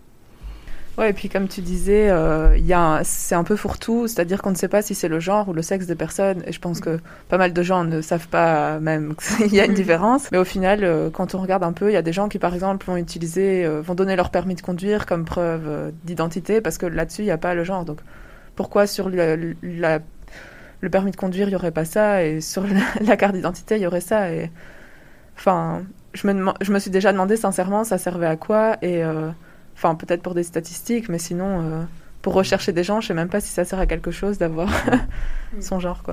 Speaker 4: Ouais, et puis comme tu disais, euh, il y a un- c'est un peu fourre-tout, c'est-à-dire qu'on ne sait pas si c'est le genre ou le sexe des personnes, et je pense que pas mal de gens ne savent pas même qu'il y a une différence. Mais au final, euh, quand on regarde un peu, il y a des gens qui, par exemple, vont utiliser, euh, vont donner leur permis de conduire comme preuve euh, d'identité, parce que là-dessus, il n'y a pas le genre. Donc, pourquoi sur le, la- le permis de conduire, il n'y aurait pas ça, et sur la, la carte d'identité, il y aurait ça et... Enfin, je me, deman- je me suis déjà demandé sincèrement, ça servait à quoi et... euh, Enfin, peut-être pour des statistiques, mais sinon, euh, pour rechercher des gens, je sais même pas si ça sert à quelque chose d'avoir son genre, quoi.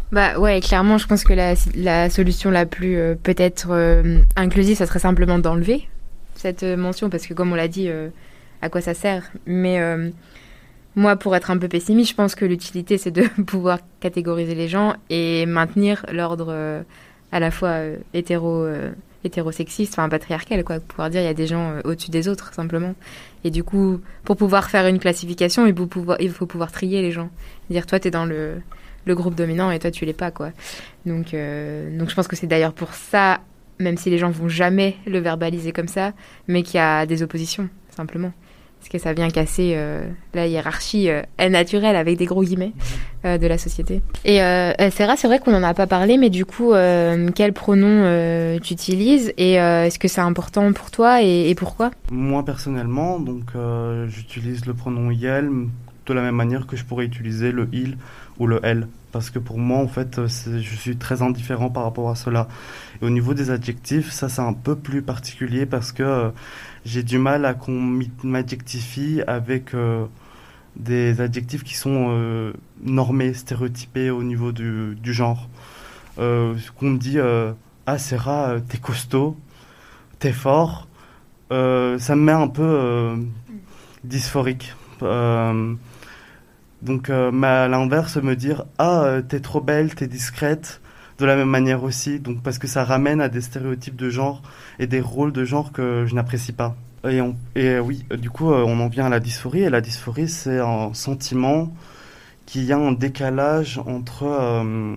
Speaker 2: Bah ouais, clairement, je pense que la, la solution la plus euh, peut-être euh, inclusive, ça serait simplement d'enlever cette euh, mention, parce que comme on l'a dit, euh, à quoi ça sert. Mais euh, moi, pour être un peu pessimiste, je pense que l'utilité, c'est de pouvoir catégoriser les gens et maintenir l'ordre euh, à la fois euh, hétéro, euh, hétérosexiste, enfin patriarcal, quoi. Pouvoir dire il y a des gens euh, au-dessus des autres, simplement. Et du coup, pour pouvoir faire une classification, il faut pouvoir, il faut pouvoir trier les gens. Dire, toi, t'es dans le... le groupe dominant et toi tu l'es pas, quoi. Donc, euh, donc je pense que c'est d'ailleurs pour ça, même si les gens vont jamais le verbaliser comme ça, mais qu'il y a des oppositions, simplement. Parce que ça vient casser euh, la hiérarchie euh, naturelle, avec des gros guillemets, euh, de la société. Et euh, Sarah, c'est vrai qu'on n'en a pas parlé, mais du coup, euh, quel pronom euh, tu utilises et euh, est-ce que c'est important pour toi et, et pourquoi ?
Speaker 3: Moi personnellement, donc euh, j'utilise le pronom yel de la même manière que je pourrais utiliser le il ou le elle, parce que pour moi en fait c'est, je suis très indifférent par rapport à cela. Et au niveau des adjectifs, ça c'est un peu plus particulier parce que euh, j'ai du mal à qu'on m'adjectifie avec euh, des adjectifs qui sont euh, normés, stéréotypés au niveau du, du genre. Euh, qu'on me dit euh, ah Sarah, euh, t'es costaud, t'es fort, euh, ça me met un peu euh, dysphorique. Euh, Donc, euh, mais à l'inverse, me dire « Ah, euh, t'es trop belle, t'es discrète », de la même manière aussi, donc parce que ça ramène à des stéréotypes de genre et des rôles de genre que je n'apprécie pas. Et, on, et euh, oui, du coup, euh, on en vient à la dysphorie, et la dysphorie, c'est un sentiment qu'il y a un décalage entre euh,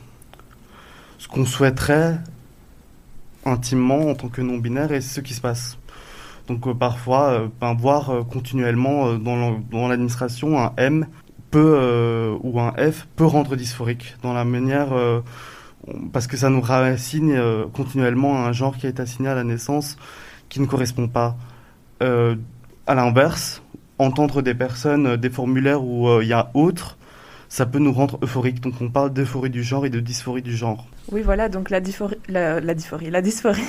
Speaker 3: ce qu'on souhaiterait intimement en tant que non-binaire et ce qui se passe. Donc euh, parfois, euh, ben, voir euh, continuellement euh, dans, dans l'administration un M peut euh, ou un F peut rendre dysphorique dans la manière euh, parce que ça nous rassigne euh, continuellement à un genre qui a été assigné à la naissance qui ne correspond pas. Euh, à l'inverse, entendre des personnes euh, des formulaires où il euh, y a autre, ça peut nous rendre euphorique. Donc on parle d'euphorie du genre et de dysphorie du genre.
Speaker 4: Oui, voilà, donc la dysphorie, la, la dysphorie, la dysphorie.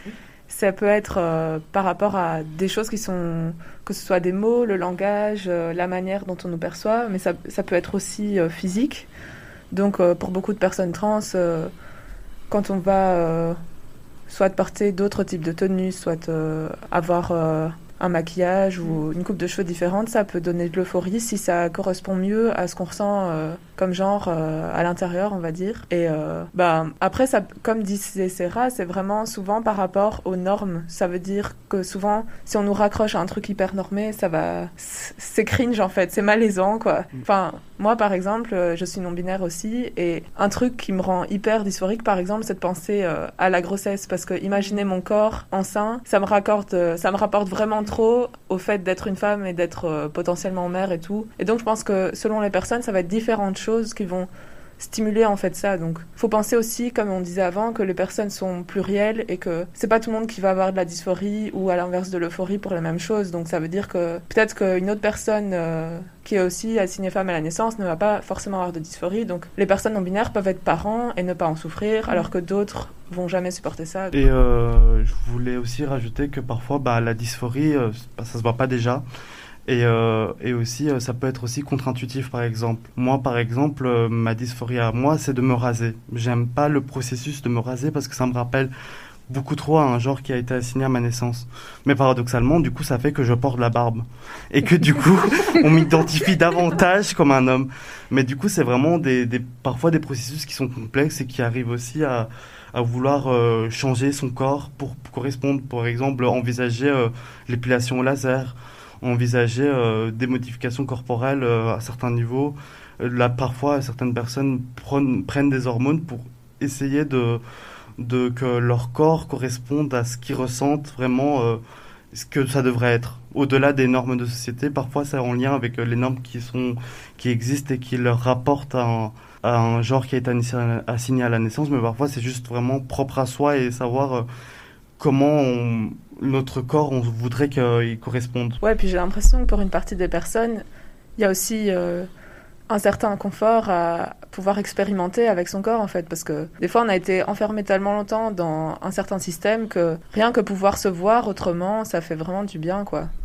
Speaker 4: Ça peut être euh, par rapport à des choses qui sont, que ce soit des mots, le langage, euh, la manière dont on nous perçoit, mais ça, ça peut être aussi euh, physique. Donc euh, pour beaucoup de personnes trans, euh, quand on va euh, soit porter d'autres types de tenues, soit euh, avoir euh, un maquillage ou une coupe de cheveux différente, ça peut donner de l'euphorie si ça correspond mieux à ce qu'on ressent euh, comme genre euh, à l'intérieur, on va dire. Et euh, bah, après, ça, comme disait Sarah, c'est vraiment souvent par rapport aux normes. Ça veut dire que souvent, si on nous raccroche à un truc hyper normé, ça va... C'est cringe, en fait. C'est malaisant, quoi. Enfin, moi, par exemple, je suis non-binaire aussi, et un truc qui me rend hyper dysphorique, par exemple, c'est de penser euh, à la grossesse, parce que imaginer mon corps enceint, ça me raccorde, euh, ça me rapporte vraiment trop au fait d'être une femme et d'être euh, potentiellement mère et tout. Et donc, je pense que selon les personnes, ça va être différentes choses qui vont stimuler en fait ça. Donc, faut penser aussi, comme on disait avant, que les personnes sont plurielles et que c'est pas tout le monde qui va avoir de la dysphorie ou à l'inverse de l'euphorie pour la même chose. Donc, ça veut dire que peut-être qu'une autre personne euh, qui est aussi assignée femme à la naissance ne va pas forcément avoir de dysphorie. Donc, les personnes non binaires peuvent être parents et ne pas en souffrir, alors que d'autres vont jamais supporter ça.
Speaker 3: Et euh, je voulais aussi rajouter que parfois, bah, la dysphorie, euh, ça se voit pas déjà. Et, euh, et aussi, euh, ça peut être aussi contre-intuitif, par exemple. Moi, par exemple, euh, ma dysphorie à moi, c'est de me raser. J'aime pas le processus de me raser parce que ça me rappelle beaucoup trop à un genre qui a été assigné à ma naissance. Mais paradoxalement, du coup, ça fait que je porte la barbe. Et que du coup, on m'identifie davantage comme un homme. Mais du coup, c'est vraiment des, des, parfois des processus qui sont complexes et qui arrivent aussi à, à vouloir euh, changer son corps pour, pour correspondre. Par exemple, envisager euh, l'épilation au laser, envisager euh, des modifications corporelles euh, à certains niveaux. Euh, là, parfois, certaines personnes prennent, prennent des hormones pour essayer de, de que leur corps corresponde à ce qu'ils ressentent vraiment, euh, ce que ça devrait être. Au-delà des normes de société, parfois c'est en lien avec euh, les normes qui, sont, qui existent et qui leur rapportent à un, à un genre qui a été assigné à la naissance, mais parfois c'est juste vraiment propre à soi et savoir euh, comment on, notre corps, on voudrait qu'il corresponde.
Speaker 4: Ouais, puis j'ai l'impression que pour une partie des personnes, il y a aussi euh, un certain confort à pouvoir expérimenter avec son corps, en fait, parce que des fois, on a été enfermé tellement longtemps dans un certain système que rien que pouvoir se voir autrement, ça fait vraiment du bien, quoi.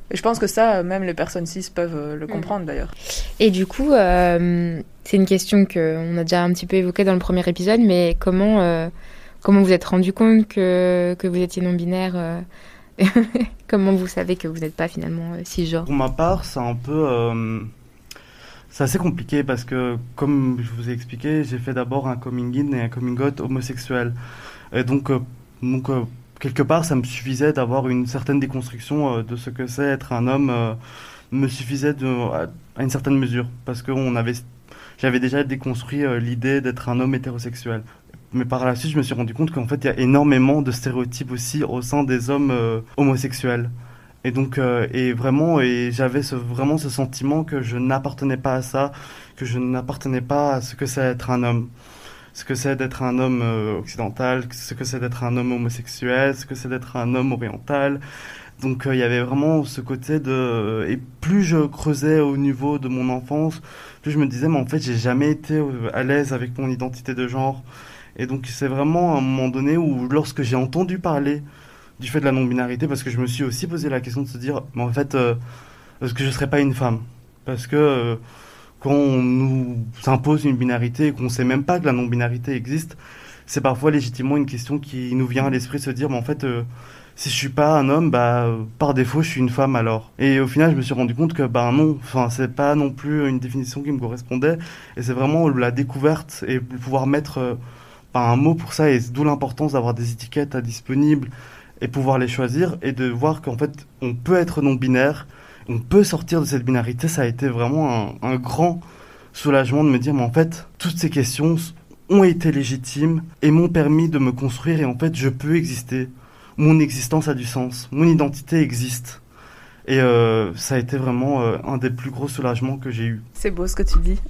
Speaker 4: Et je pense que ça, même les personnes cis peuvent euh, le comprendre mmh. d'ailleurs.
Speaker 2: Et du coup, euh, c'est une question qu'on a déjà un petit peu évoquée dans le premier épisode, mais comment, euh, comment vous êtes rendu compte que, que vous étiez non-binaire euh, comment vous savez que vous n'êtes pas finalement euh, cisgenre?
Speaker 3: Pour ma part, c'est un peu... Euh, c'est assez compliqué parce que, comme je vous ai expliqué, j'ai fait d'abord un coming in et un coming out homosexuel. Et donc, euh, donc euh, quelque part, ça me suffisait d'avoir une certaine déconstruction euh, de ce que c'est être un homme, euh, me suffisait de, à, à une certaine mesure. Parce que on avait, j'avais déjà déconstruit euh, l'idée d'être un homme hétérosexuel. Mais par la suite, je me suis rendu compte qu'en fait, il y a énormément de stéréotypes aussi au sein des hommes euh, homosexuels. Et donc, euh, et vraiment, et j'avais ce, vraiment ce sentiment que je n'appartenais pas à ça, que je n'appartenais pas à ce que c'est être un homme. Ce que c'est d'être un homme euh, occidental, ce que c'est d'être un homme homosexuel, ce que c'est d'être un homme oriental. Donc, il euh, y avait vraiment ce côté de... Et plus je creusais au niveau de mon enfance, plus je me disais, mais en fait, j'ai jamais été à l'aise avec mon identité de genre. Et donc, c'est vraiment à un moment donné où, lorsque j'ai entendu parler du fait de la non-binarité, parce que je me suis aussi posé la question de se dire, mais en fait, euh, est-ce que je ne serais pas une femme? Parce que euh, quand on nous impose une binarité et qu'on ne sait même pas que la non-binarité existe, c'est parfois légitimement une question qui nous vient à l'esprit de se dire, mais en fait, euh, si je ne suis pas un homme, bah, euh, par défaut, je suis une femme alors. Et au final, je me suis rendu compte que, bah non, enfin, c'est pas non plus une définition qui me correspondait, et c'est vraiment la découverte et pouvoir mettre... Euh, un mot pour ça, et d'où l'importance d'avoir des étiquettes à disponibles et pouvoir les choisir et de voir qu'en fait on peut être non-binaire, on peut sortir de cette binarité. Ça a été vraiment un, un grand soulagement de me dire mais en fait toutes ces questions ont été légitimes et m'ont permis de me construire, et en fait je peux exister, mon existence a du sens, mon identité existe. Et euh, ça a été vraiment euh, un des plus gros soulagements que j'ai eu.
Speaker 4: C'est beau ce que tu dis.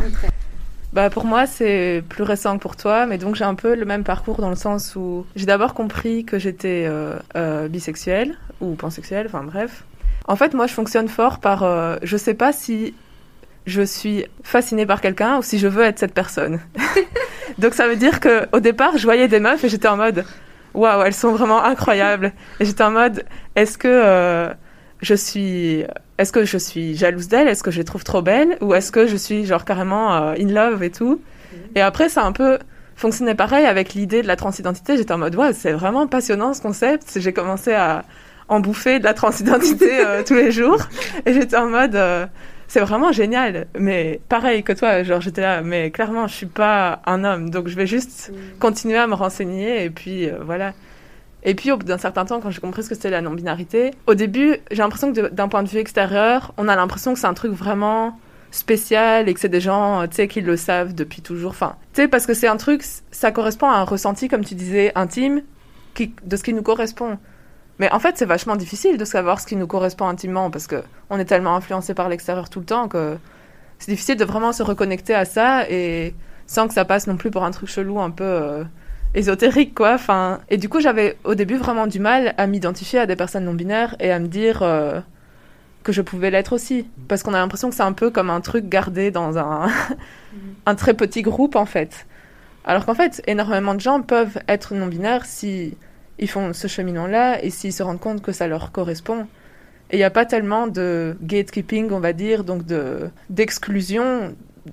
Speaker 4: Bah pour moi, c'est plus récent que pour toi, mais donc j'ai un peu le même parcours dans le sens où j'ai d'abord compris que j'étais euh, euh, bisexuelle ou pansexuelle, enfin bref. En fait, moi, je fonctionne fort par... Euh, je sais pas si je suis fascinée par quelqu'un ou si je veux être cette personne. Donc ça veut dire qu'au départ, je voyais des meufs et j'étais en mode « Waouh, elles sont vraiment incroyables !» Et j'étais en mode « Est-ce que... Euh, je suis... Est-ce que je suis jalouse d'elle? Est-ce que je les trouve trop belles? Ou est-ce que je suis genre carrément euh, in love et tout? Mmh. Et après, ça a un peu fonctionné pareil avec l'idée de la transidentité. J'étais en mode, ouais, c'est vraiment passionnant ce concept. J'ai commencé à en bouffer de la transidentité euh, tous les jours. Et j'étais en mode, euh, c'est vraiment génial. Mais pareil que toi, genre j'étais là, mais clairement, je suis pas un homme. Donc je vais juste mmh. continuer à me renseigner et puis euh, voilà. Et puis, au bout d'un certain temps, quand j'ai compris ce que c'était la non-binarité, au début, j'ai l'impression que de, d'un point de vue extérieur, on a l'impression que c'est un truc vraiment spécial et que c'est des gens, tu sais, qui le savent depuis toujours. Enfin, tu sais, parce que c'est un truc, ça correspond à un ressenti, comme tu disais, intime, qui, de ce qui nous correspond. Mais en fait, c'est vachement difficile de savoir ce qui nous correspond intimement parce que on est tellement influencé par l'extérieur tout le temps que c'est difficile de vraiment se reconnecter à ça et sans que ça passe non plus pour un truc chelou un peu... Euh, ésotérique quoi, enfin, et du coup j'avais au début vraiment du mal à m'identifier à des personnes non binaires et à me dire euh, que je pouvais l'être aussi, parce qu'on a l'impression que c'est un peu comme un truc gardé dans un un très petit groupe en fait, alors qu'en fait énormément de gens peuvent être non binaires si ils font ce cheminement là et s'ils se rendent compte que ça leur correspond, et il n'y a pas tellement de gatekeeping on va dire, donc de d'exclusion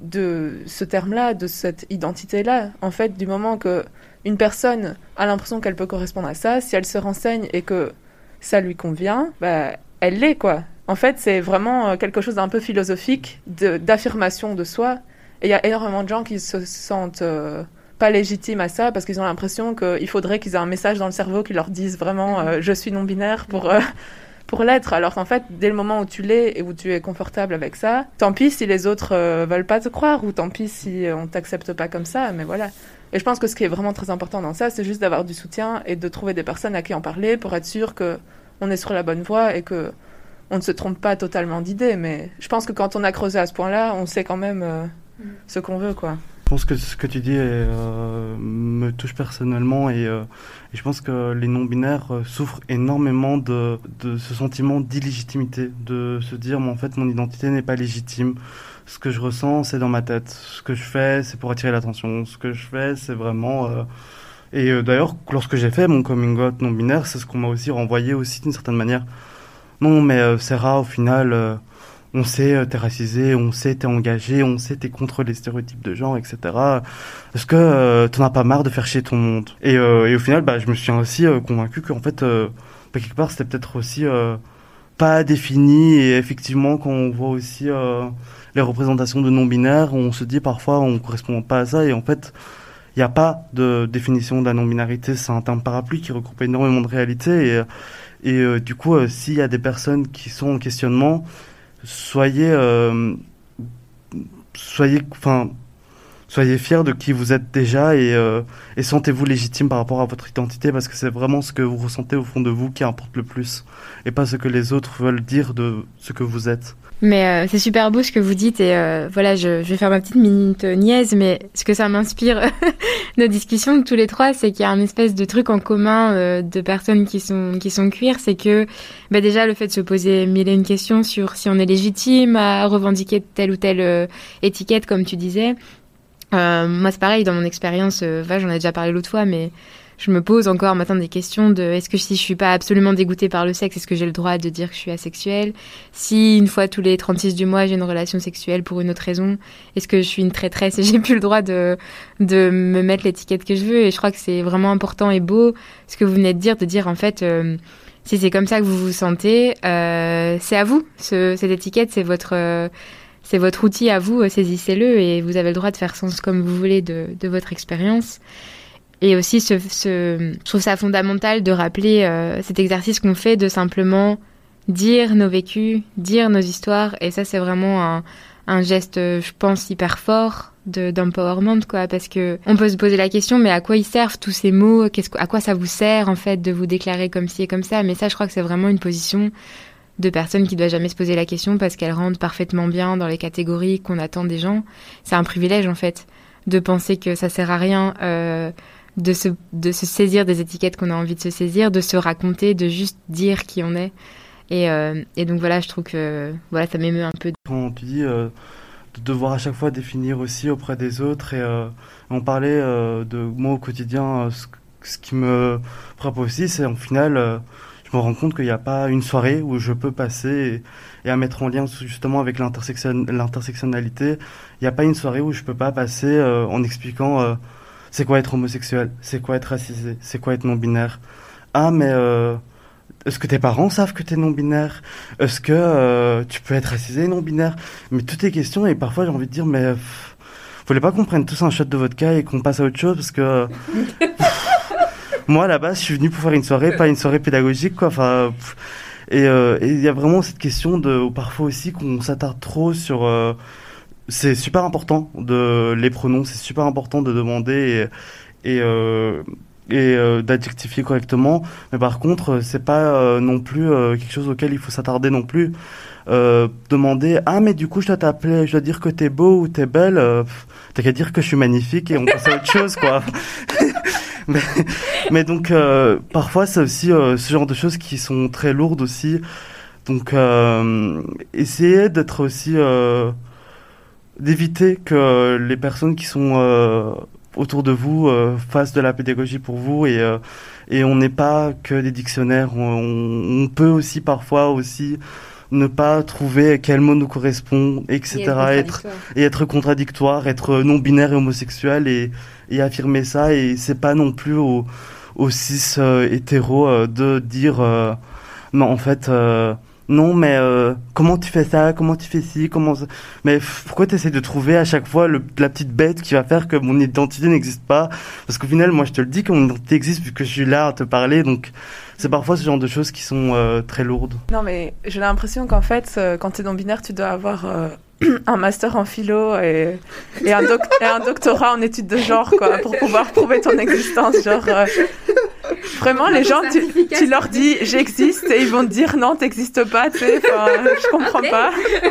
Speaker 4: de ce terme-là, de cette identité-là. En fait, du moment que une personne a l'impression qu'elle peut correspondre à ça, si elle se renseigne et que ça lui convient, bah, elle l'est, quoi. En fait, c'est vraiment quelque chose d'un peu philosophique, de, d'affirmation de soi. Et il y a énormément de gens qui se sentent euh, pas légitimes à ça parce qu'ils ont l'impression qu'il faudrait qu'ils aient un message dans le cerveau qui leur dise vraiment euh, « je suis non-binaire » pour... Euh, pour l'être, alors qu'en fait, dès le moment où tu l'es et où tu es confortable avec ça, tant pis si les autres euh, veulent pas te croire, ou tant pis si euh, on t'accepte pas comme ça, mais voilà. Et je pense que ce qui est vraiment très important dans ça, c'est juste d'avoir du soutien et de trouver des personnes à qui en parler pour être sûr que on est sur la bonne voie et que on ne se trompe pas totalement d'idée. Mais je pense que quand on a creusé à ce point-là, on sait quand même euh, mmh. ce qu'on veut, quoi.
Speaker 3: Je pense que ce que tu dis est, euh, me touche personnellement et, euh, et je pense que les non-binaires euh, souffrent énormément de, de ce sentiment d'illégitimité, de se dire mais en fait mon identité n'est pas légitime, ce que je ressens c'est dans ma tête, ce que je fais c'est pour attirer l'attention, ce que je fais c'est vraiment... Euh... Et euh, d'ailleurs lorsque j'ai fait mon coming out non-binaire, c'est ce qu'on m'a aussi renvoyé aussi d'une certaine manière. non, mais euh, Sarah, au final, euh, on sait, euh, t'es racisé, on sait, t'es engagé, on sait, t'es contre les stéréotypes de genre, et cetera. Est-ce que euh, t'en as pas marre de faire chier ton monde? Et, euh, et au final, bah, je me suis aussi euh, convaincu qu'en fait, euh, bah, quelque part, c'était peut-être aussi euh, pas défini. Et effectivement, quand on voit aussi euh, les représentations de non-binaires, on se dit parfois, on correspond pas à ça. Et en fait, il n'y a pas de définition de la non-binarité. C'est un terme parapluie qui regroupe énormément de réalités. Et, et euh, du coup, euh, s'il y a des personnes qui sont en questionnement, soyez, euh, soyez, enfin, soyez fiers de qui vous êtes déjà et, euh, et sentez-vous légitime par rapport à votre identité parce que c'est vraiment ce que vous ressentez au fond de vous qui importe le plus et pas ce que les autres veulent dire de ce que vous êtes.
Speaker 2: Mais euh, c'est super beau ce que vous dites et euh, voilà, je, je vais faire ma petite minute niaise, mais ce que ça m'inspire nos discussions tous les trois, c'est qu'il y a un espèce de truc en commun euh, de personnes qui sont qui sont queer, c'est que bah déjà le fait de se poser mille et une questions sur si on est légitime à revendiquer telle ou telle euh, étiquette, comme tu disais. Euh, moi c'est pareil dans mon expérience, euh, va, j'en ai déjà parlé l'autre fois, mais je me pose encore maintenant des questions de est-ce que si je suis pas absolument dégoûtée par le sexe, est-ce que j'ai le droit de dire que je suis asexuelle? Si une fois tous les trente-six du mois j'ai une relation sexuelle pour une autre raison, est-ce que je suis une traîtresse et j'ai plus le droit de, de me mettre l'étiquette que je veux? Et je crois que c'est vraiment important et beau ce que vous venez de dire, de dire en fait euh, si c'est comme ça que vous vous sentez, euh, c'est à vous. Ce, cette étiquette, c'est votre... Euh, c'est votre outil à vous, saisissez-le et vous avez le droit de faire sens comme vous voulez de, de votre expérience. Et aussi, ce, ce, je trouve ça fondamental de rappeler euh, cet exercice qu'on fait de simplement dire nos vécus, dire nos histoires. Et ça, c'est vraiment un, un geste, je pense, hyper fort de, d'empowerment, quoi. Parce que on peut se poser la question, mais à quoi ils servent tous ces mots? Qu'est-ce, à quoi ça vous sert, en fait, de vous déclarer comme ci et comme ça? Mais ça, je crois que c'est vraiment une position de personnes qui ne doivent jamais se poser la question parce qu'elles rentrent parfaitement bien dans les catégories qu'on attend des gens. C'est un privilège, en fait, de penser que ça sert à rien euh, de, se, de se saisir des étiquettes qu'on a envie de se saisir, de se raconter, de juste dire qui on est. Et, euh, et donc voilà, je trouve que voilà, ça m'émeut un peu.
Speaker 3: Quand tu dis euh, de devoir à chaque fois définir aussi auprès des autres et euh, on parlait euh, de moi au quotidien, euh, ce, ce qui me frappe aussi, c'est en final... Euh, je me rends compte qu'il n'y a pas une soirée où je peux passer et, et à mettre en lien justement avec l'intersection, l'intersectionnalité, il n'y a pas une soirée où je peux pas passer euh, en expliquant euh, c'est quoi être homosexuel, c'est quoi être racisé, c'est quoi être non-binaire. Ah mais euh, est-ce que tes parents savent que tu es non-binaire? Est-ce que euh, tu peux être racisé et non-binaire? Mais toutes ces questions et parfois j'ai envie de dire mais pff, vous voulez pas qu'on prenne tous un shot de vodka et qu'on passe à autre chose parce que... Moi, à la base, je suis venu pour faire une soirée, pas une soirée pédagogique, quoi. Enfin, et il euh, y a vraiment cette question de, parfois aussi, qu'on s'attarde trop sur. Euh, c'est super important de les pronoms, c'est super important de demander et et, euh, et euh, d'adjectifier correctement. Mais par contre, c'est pas euh, non plus euh, quelque chose auquel il faut s'attarder non plus. Euh, demander ah mais du coup je dois t'appeler, je dois dire que t'es beau ou t'es belle. Euh, t'as qu'à dire que je suis magnifique et on passe à autre chose, quoi. Mais, mais donc euh, parfois c'est aussi euh, ce genre de choses qui sont très lourdes aussi. Donc euh, essayez d'être aussi euh, d'éviter que les personnes qui sont euh, autour de vous euh, fassent de la pédagogie pour vous et euh, et on n'est pas que des dictionnaires. On, on peut aussi parfois aussi ne pas trouver quel mot nous correspond, et cetera. Et être, et être contradictoire, être non-binaire et homosexuel et, et affirmer ça. Et c'est pas non plus aux, aux cis euh, hétéros euh, de dire euh, non, en fait, euh, non, mais euh, comment tu fais ça? Comment tu fais ci? Comment ça... Mais pourquoi tu essaies de trouver à chaque fois le, la petite bête qui va faire que mon identité n'existe pas? Parce qu'au final, moi, je te le dis que mon identité existe vu que je suis là à te parler. Donc, c'est parfois ce genre de choses qui sont euh, très lourdes.
Speaker 4: Non, mais j'ai l'impression qu'en fait, euh, quand tu es non-binaire, tu dois avoir euh, un master en philo et, et, un doc- et un doctorat en études de genre, quoi, pour pouvoir prouver ton existence. Genre, euh, vraiment, les gens, tu, tu leur dis « j'existe » et ils vont te dire « non, t'existes pas », tu sais, je comprends pas.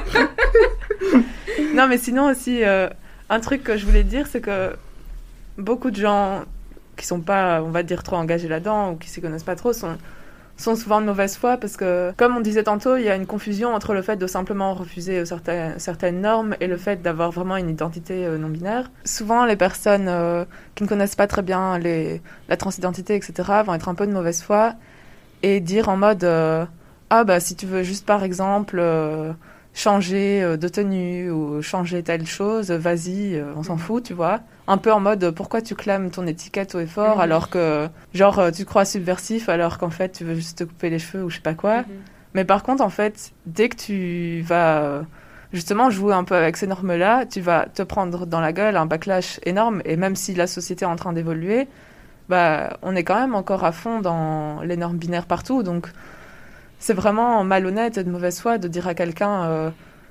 Speaker 4: Non, mais sinon aussi, euh, un truc que je voulais dire, c'est que beaucoup de gens qui sont pas, on va dire, trop engagés là-dedans ou qui s'y connaissent pas trop sont, sont souvent de mauvaise foi parce que, comme on disait tantôt, il y a une confusion entre le fait de simplement refuser certaines, certaines normes et le fait d'avoir vraiment une identité euh, non-binaire. Souvent, les personnes euh, qui ne connaissent pas très bien les, la transidentité, et cetera, vont être un peu de mauvaise foi et dire en mode euh, ah bah si tu veux juste par exemple euh, changer euh, de tenue ou changer telle chose, vas-y, euh, on s'en fout, tu vois. Un peu en mode pourquoi tu clames ton étiquette haut et fort, mmh. alors que genre euh, tu te crois subversif alors qu'en fait tu veux juste te couper les cheveux ou je sais pas quoi. Mmh. Mais par contre en fait dès que tu vas euh, justement jouer un peu avec ces normes-là, tu vas te prendre dans la gueule un backlash énorme, et même si la société est en train d'évoluer, bah, on est quand même encore à fond dans les normes binaires partout, donc c'est vraiment malhonnête et de mauvaise foi de dire à quelqu'un euh,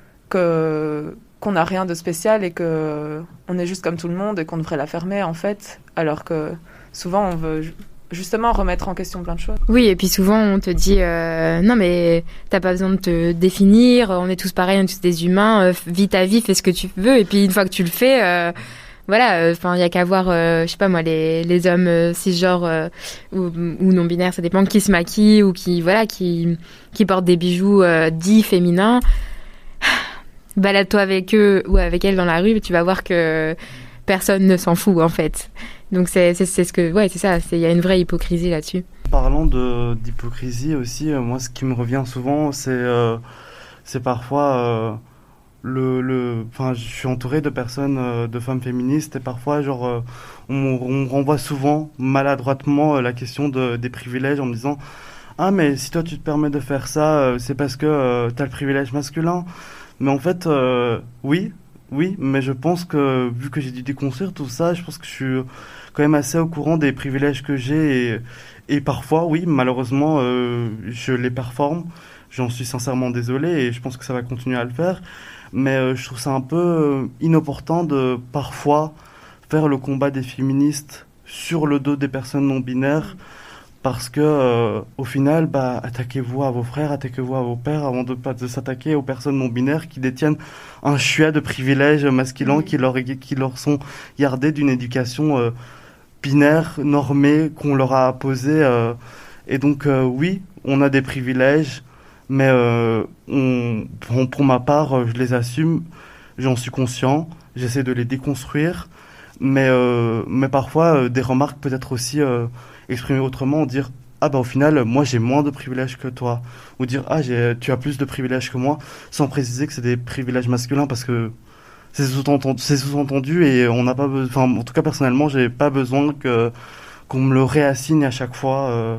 Speaker 4: que, qu'on n'a rien de spécial et qu'on est juste comme tout le monde et qu'on devrait la fermer en fait, alors que souvent on veut justement remettre en question plein de choses.
Speaker 2: Oui, et puis souvent on te dit euh, non mais t'as pas besoin de te définir, on est tous pareils, on est tous des humains, euh, vis ta vie, fais ce que tu veux, et puis une fois que tu le fais, euh, voilà, enfin euh, il y a qu'à voir, euh, je sais pas moi, les les hommes euh, cisgenres euh, ou, ou non binaires, ça dépend, qui se maquillent ou qui voilà qui qui portent des bijoux euh, dits féminins. Balade-toi avec eux ou avec elles dans la rue, tu vas voir que personne ne s'en fout en fait. Donc c'est, c'est, c'est ce que, ouais, c'est ça, il y a une vraie hypocrisie là-dessus.
Speaker 3: Parlant de, d'hypocrisie aussi, euh, moi ce qui me revient souvent, c'est, euh, c'est parfois euh, le, le, enfin, je suis entouré de personnes, euh, de femmes féministes, et parfois genre euh, on, on renvoie souvent maladroitement euh, la question de, des privilèges en me disant ah mais si toi tu te permets de faire ça, euh, c'est parce que euh, t'as le privilège masculin. Mais en fait, euh, oui. Oui, mais je pense que, vu que j'ai dû déconstruire tout ça, je pense que je suis quand même assez au courant des privilèges que j'ai. Et, et parfois, oui, malheureusement, euh, je les performe. J'en suis sincèrement désolé et je pense que ça va continuer à le faire. Mais euh, je trouve ça un peu euh, inopportun de, parfois, faire le combat des féministes sur le dos des personnes non-binaires. Parce que, euh, au final, bah, attaquez-vous à vos frères, attaquez-vous à vos pères avant de, de s'attaquer aux personnes non-binaires qui détiennent un chouïa de privilèges masculins qui leur, qui leur sont gardés d'une éducation euh, binaire, normée, qu'on leur a imposée. Euh, et donc, euh, oui, on a des privilèges, mais euh, on, pour, pour ma part, je les assume, j'en suis conscient, j'essaie de les déconstruire, mais, euh, mais parfois, euh, des remarques peut-être aussi... Euh, exprimer autrement, dire ah bah au final moi j'ai moins de privilèges que toi, ou dire ah j'ai, tu as plus de privilèges que moi, sans préciser que c'est des privilèges masculins, parce que c'est sous-entendu, c'est sous-entendu et on n'a pas besoin, enfin en tout cas personnellement j'ai pas besoin que qu'on me le réassigne à chaque fois. Euh,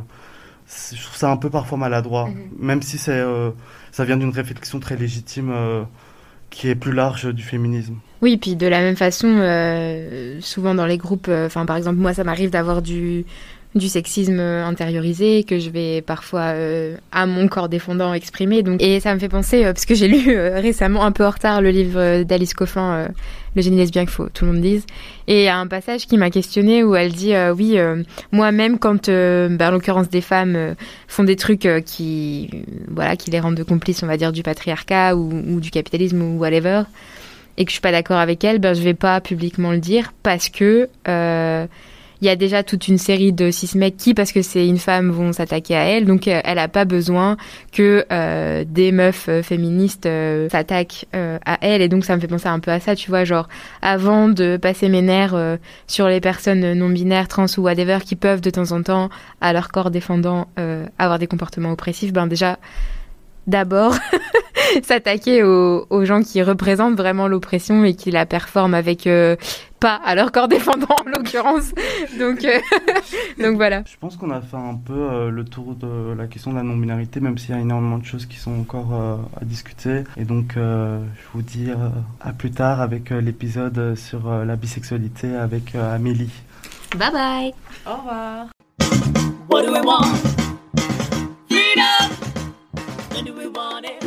Speaker 3: je trouve ça un peu parfois maladroit, mmh. même si c'est euh, ça vient d'une réflexion très légitime euh, qui est plus large du féminisme.
Speaker 2: Oui, puis de la même façon, euh, souvent dans les groupes, enfin euh, par exemple moi ça m'arrive d'avoir du du sexisme intériorisé que je vais parfois euh, à mon corps défendant exprimer. Donc, et ça me fait penser, euh, parce que j'ai lu euh, récemment, un peu en retard, le livre d'Alice Coffin, euh, Le génie lesbien qu'il faut tout le monde dise. Et il y a un passage qui m'a questionnée où elle dit, euh, oui, euh, moi-même quand, euh, bah, en l'occurrence des femmes euh, font des trucs euh, qui, euh, voilà, qui les rendent complices, on va dire, du patriarcat ou, ou du capitalisme ou whatever, et que je suis pas d'accord avec elles, ben je vais pas publiquement le dire parce que euh, il y a déjà toute une série de cis mecs qui, parce que c'est une femme, vont s'attaquer à elle. Donc, euh, elle a pas besoin que euh, des meufs euh, féministes euh, s'attaquent euh, à elle. Et donc, ça me fait penser un peu à ça, tu vois. Genre, avant de passer mes nerfs euh, sur les personnes non-binaires, trans ou whatever, qui peuvent de temps en temps, à leur corps défendant, euh, avoir des comportements oppressifs, ben déjà, d'abord... s'attaquer aux, aux gens qui représentent vraiment l'oppression et qui la performent avec euh, pas à leur corps défendant en l'occurrence. Donc, euh, donc voilà.
Speaker 3: Je pense qu'on a fait un peu euh, le tour de la question de la non-binarité, même s'il y a énormément de choses qui sont encore euh, à discuter. Et donc euh, je vous dis euh, à plus tard avec euh, l'épisode sur euh, la bisexualité avec euh, Amélie.
Speaker 2: Bye bye.
Speaker 4: Au revoir.
Speaker 1: What do we want? Freedom. When do we want it?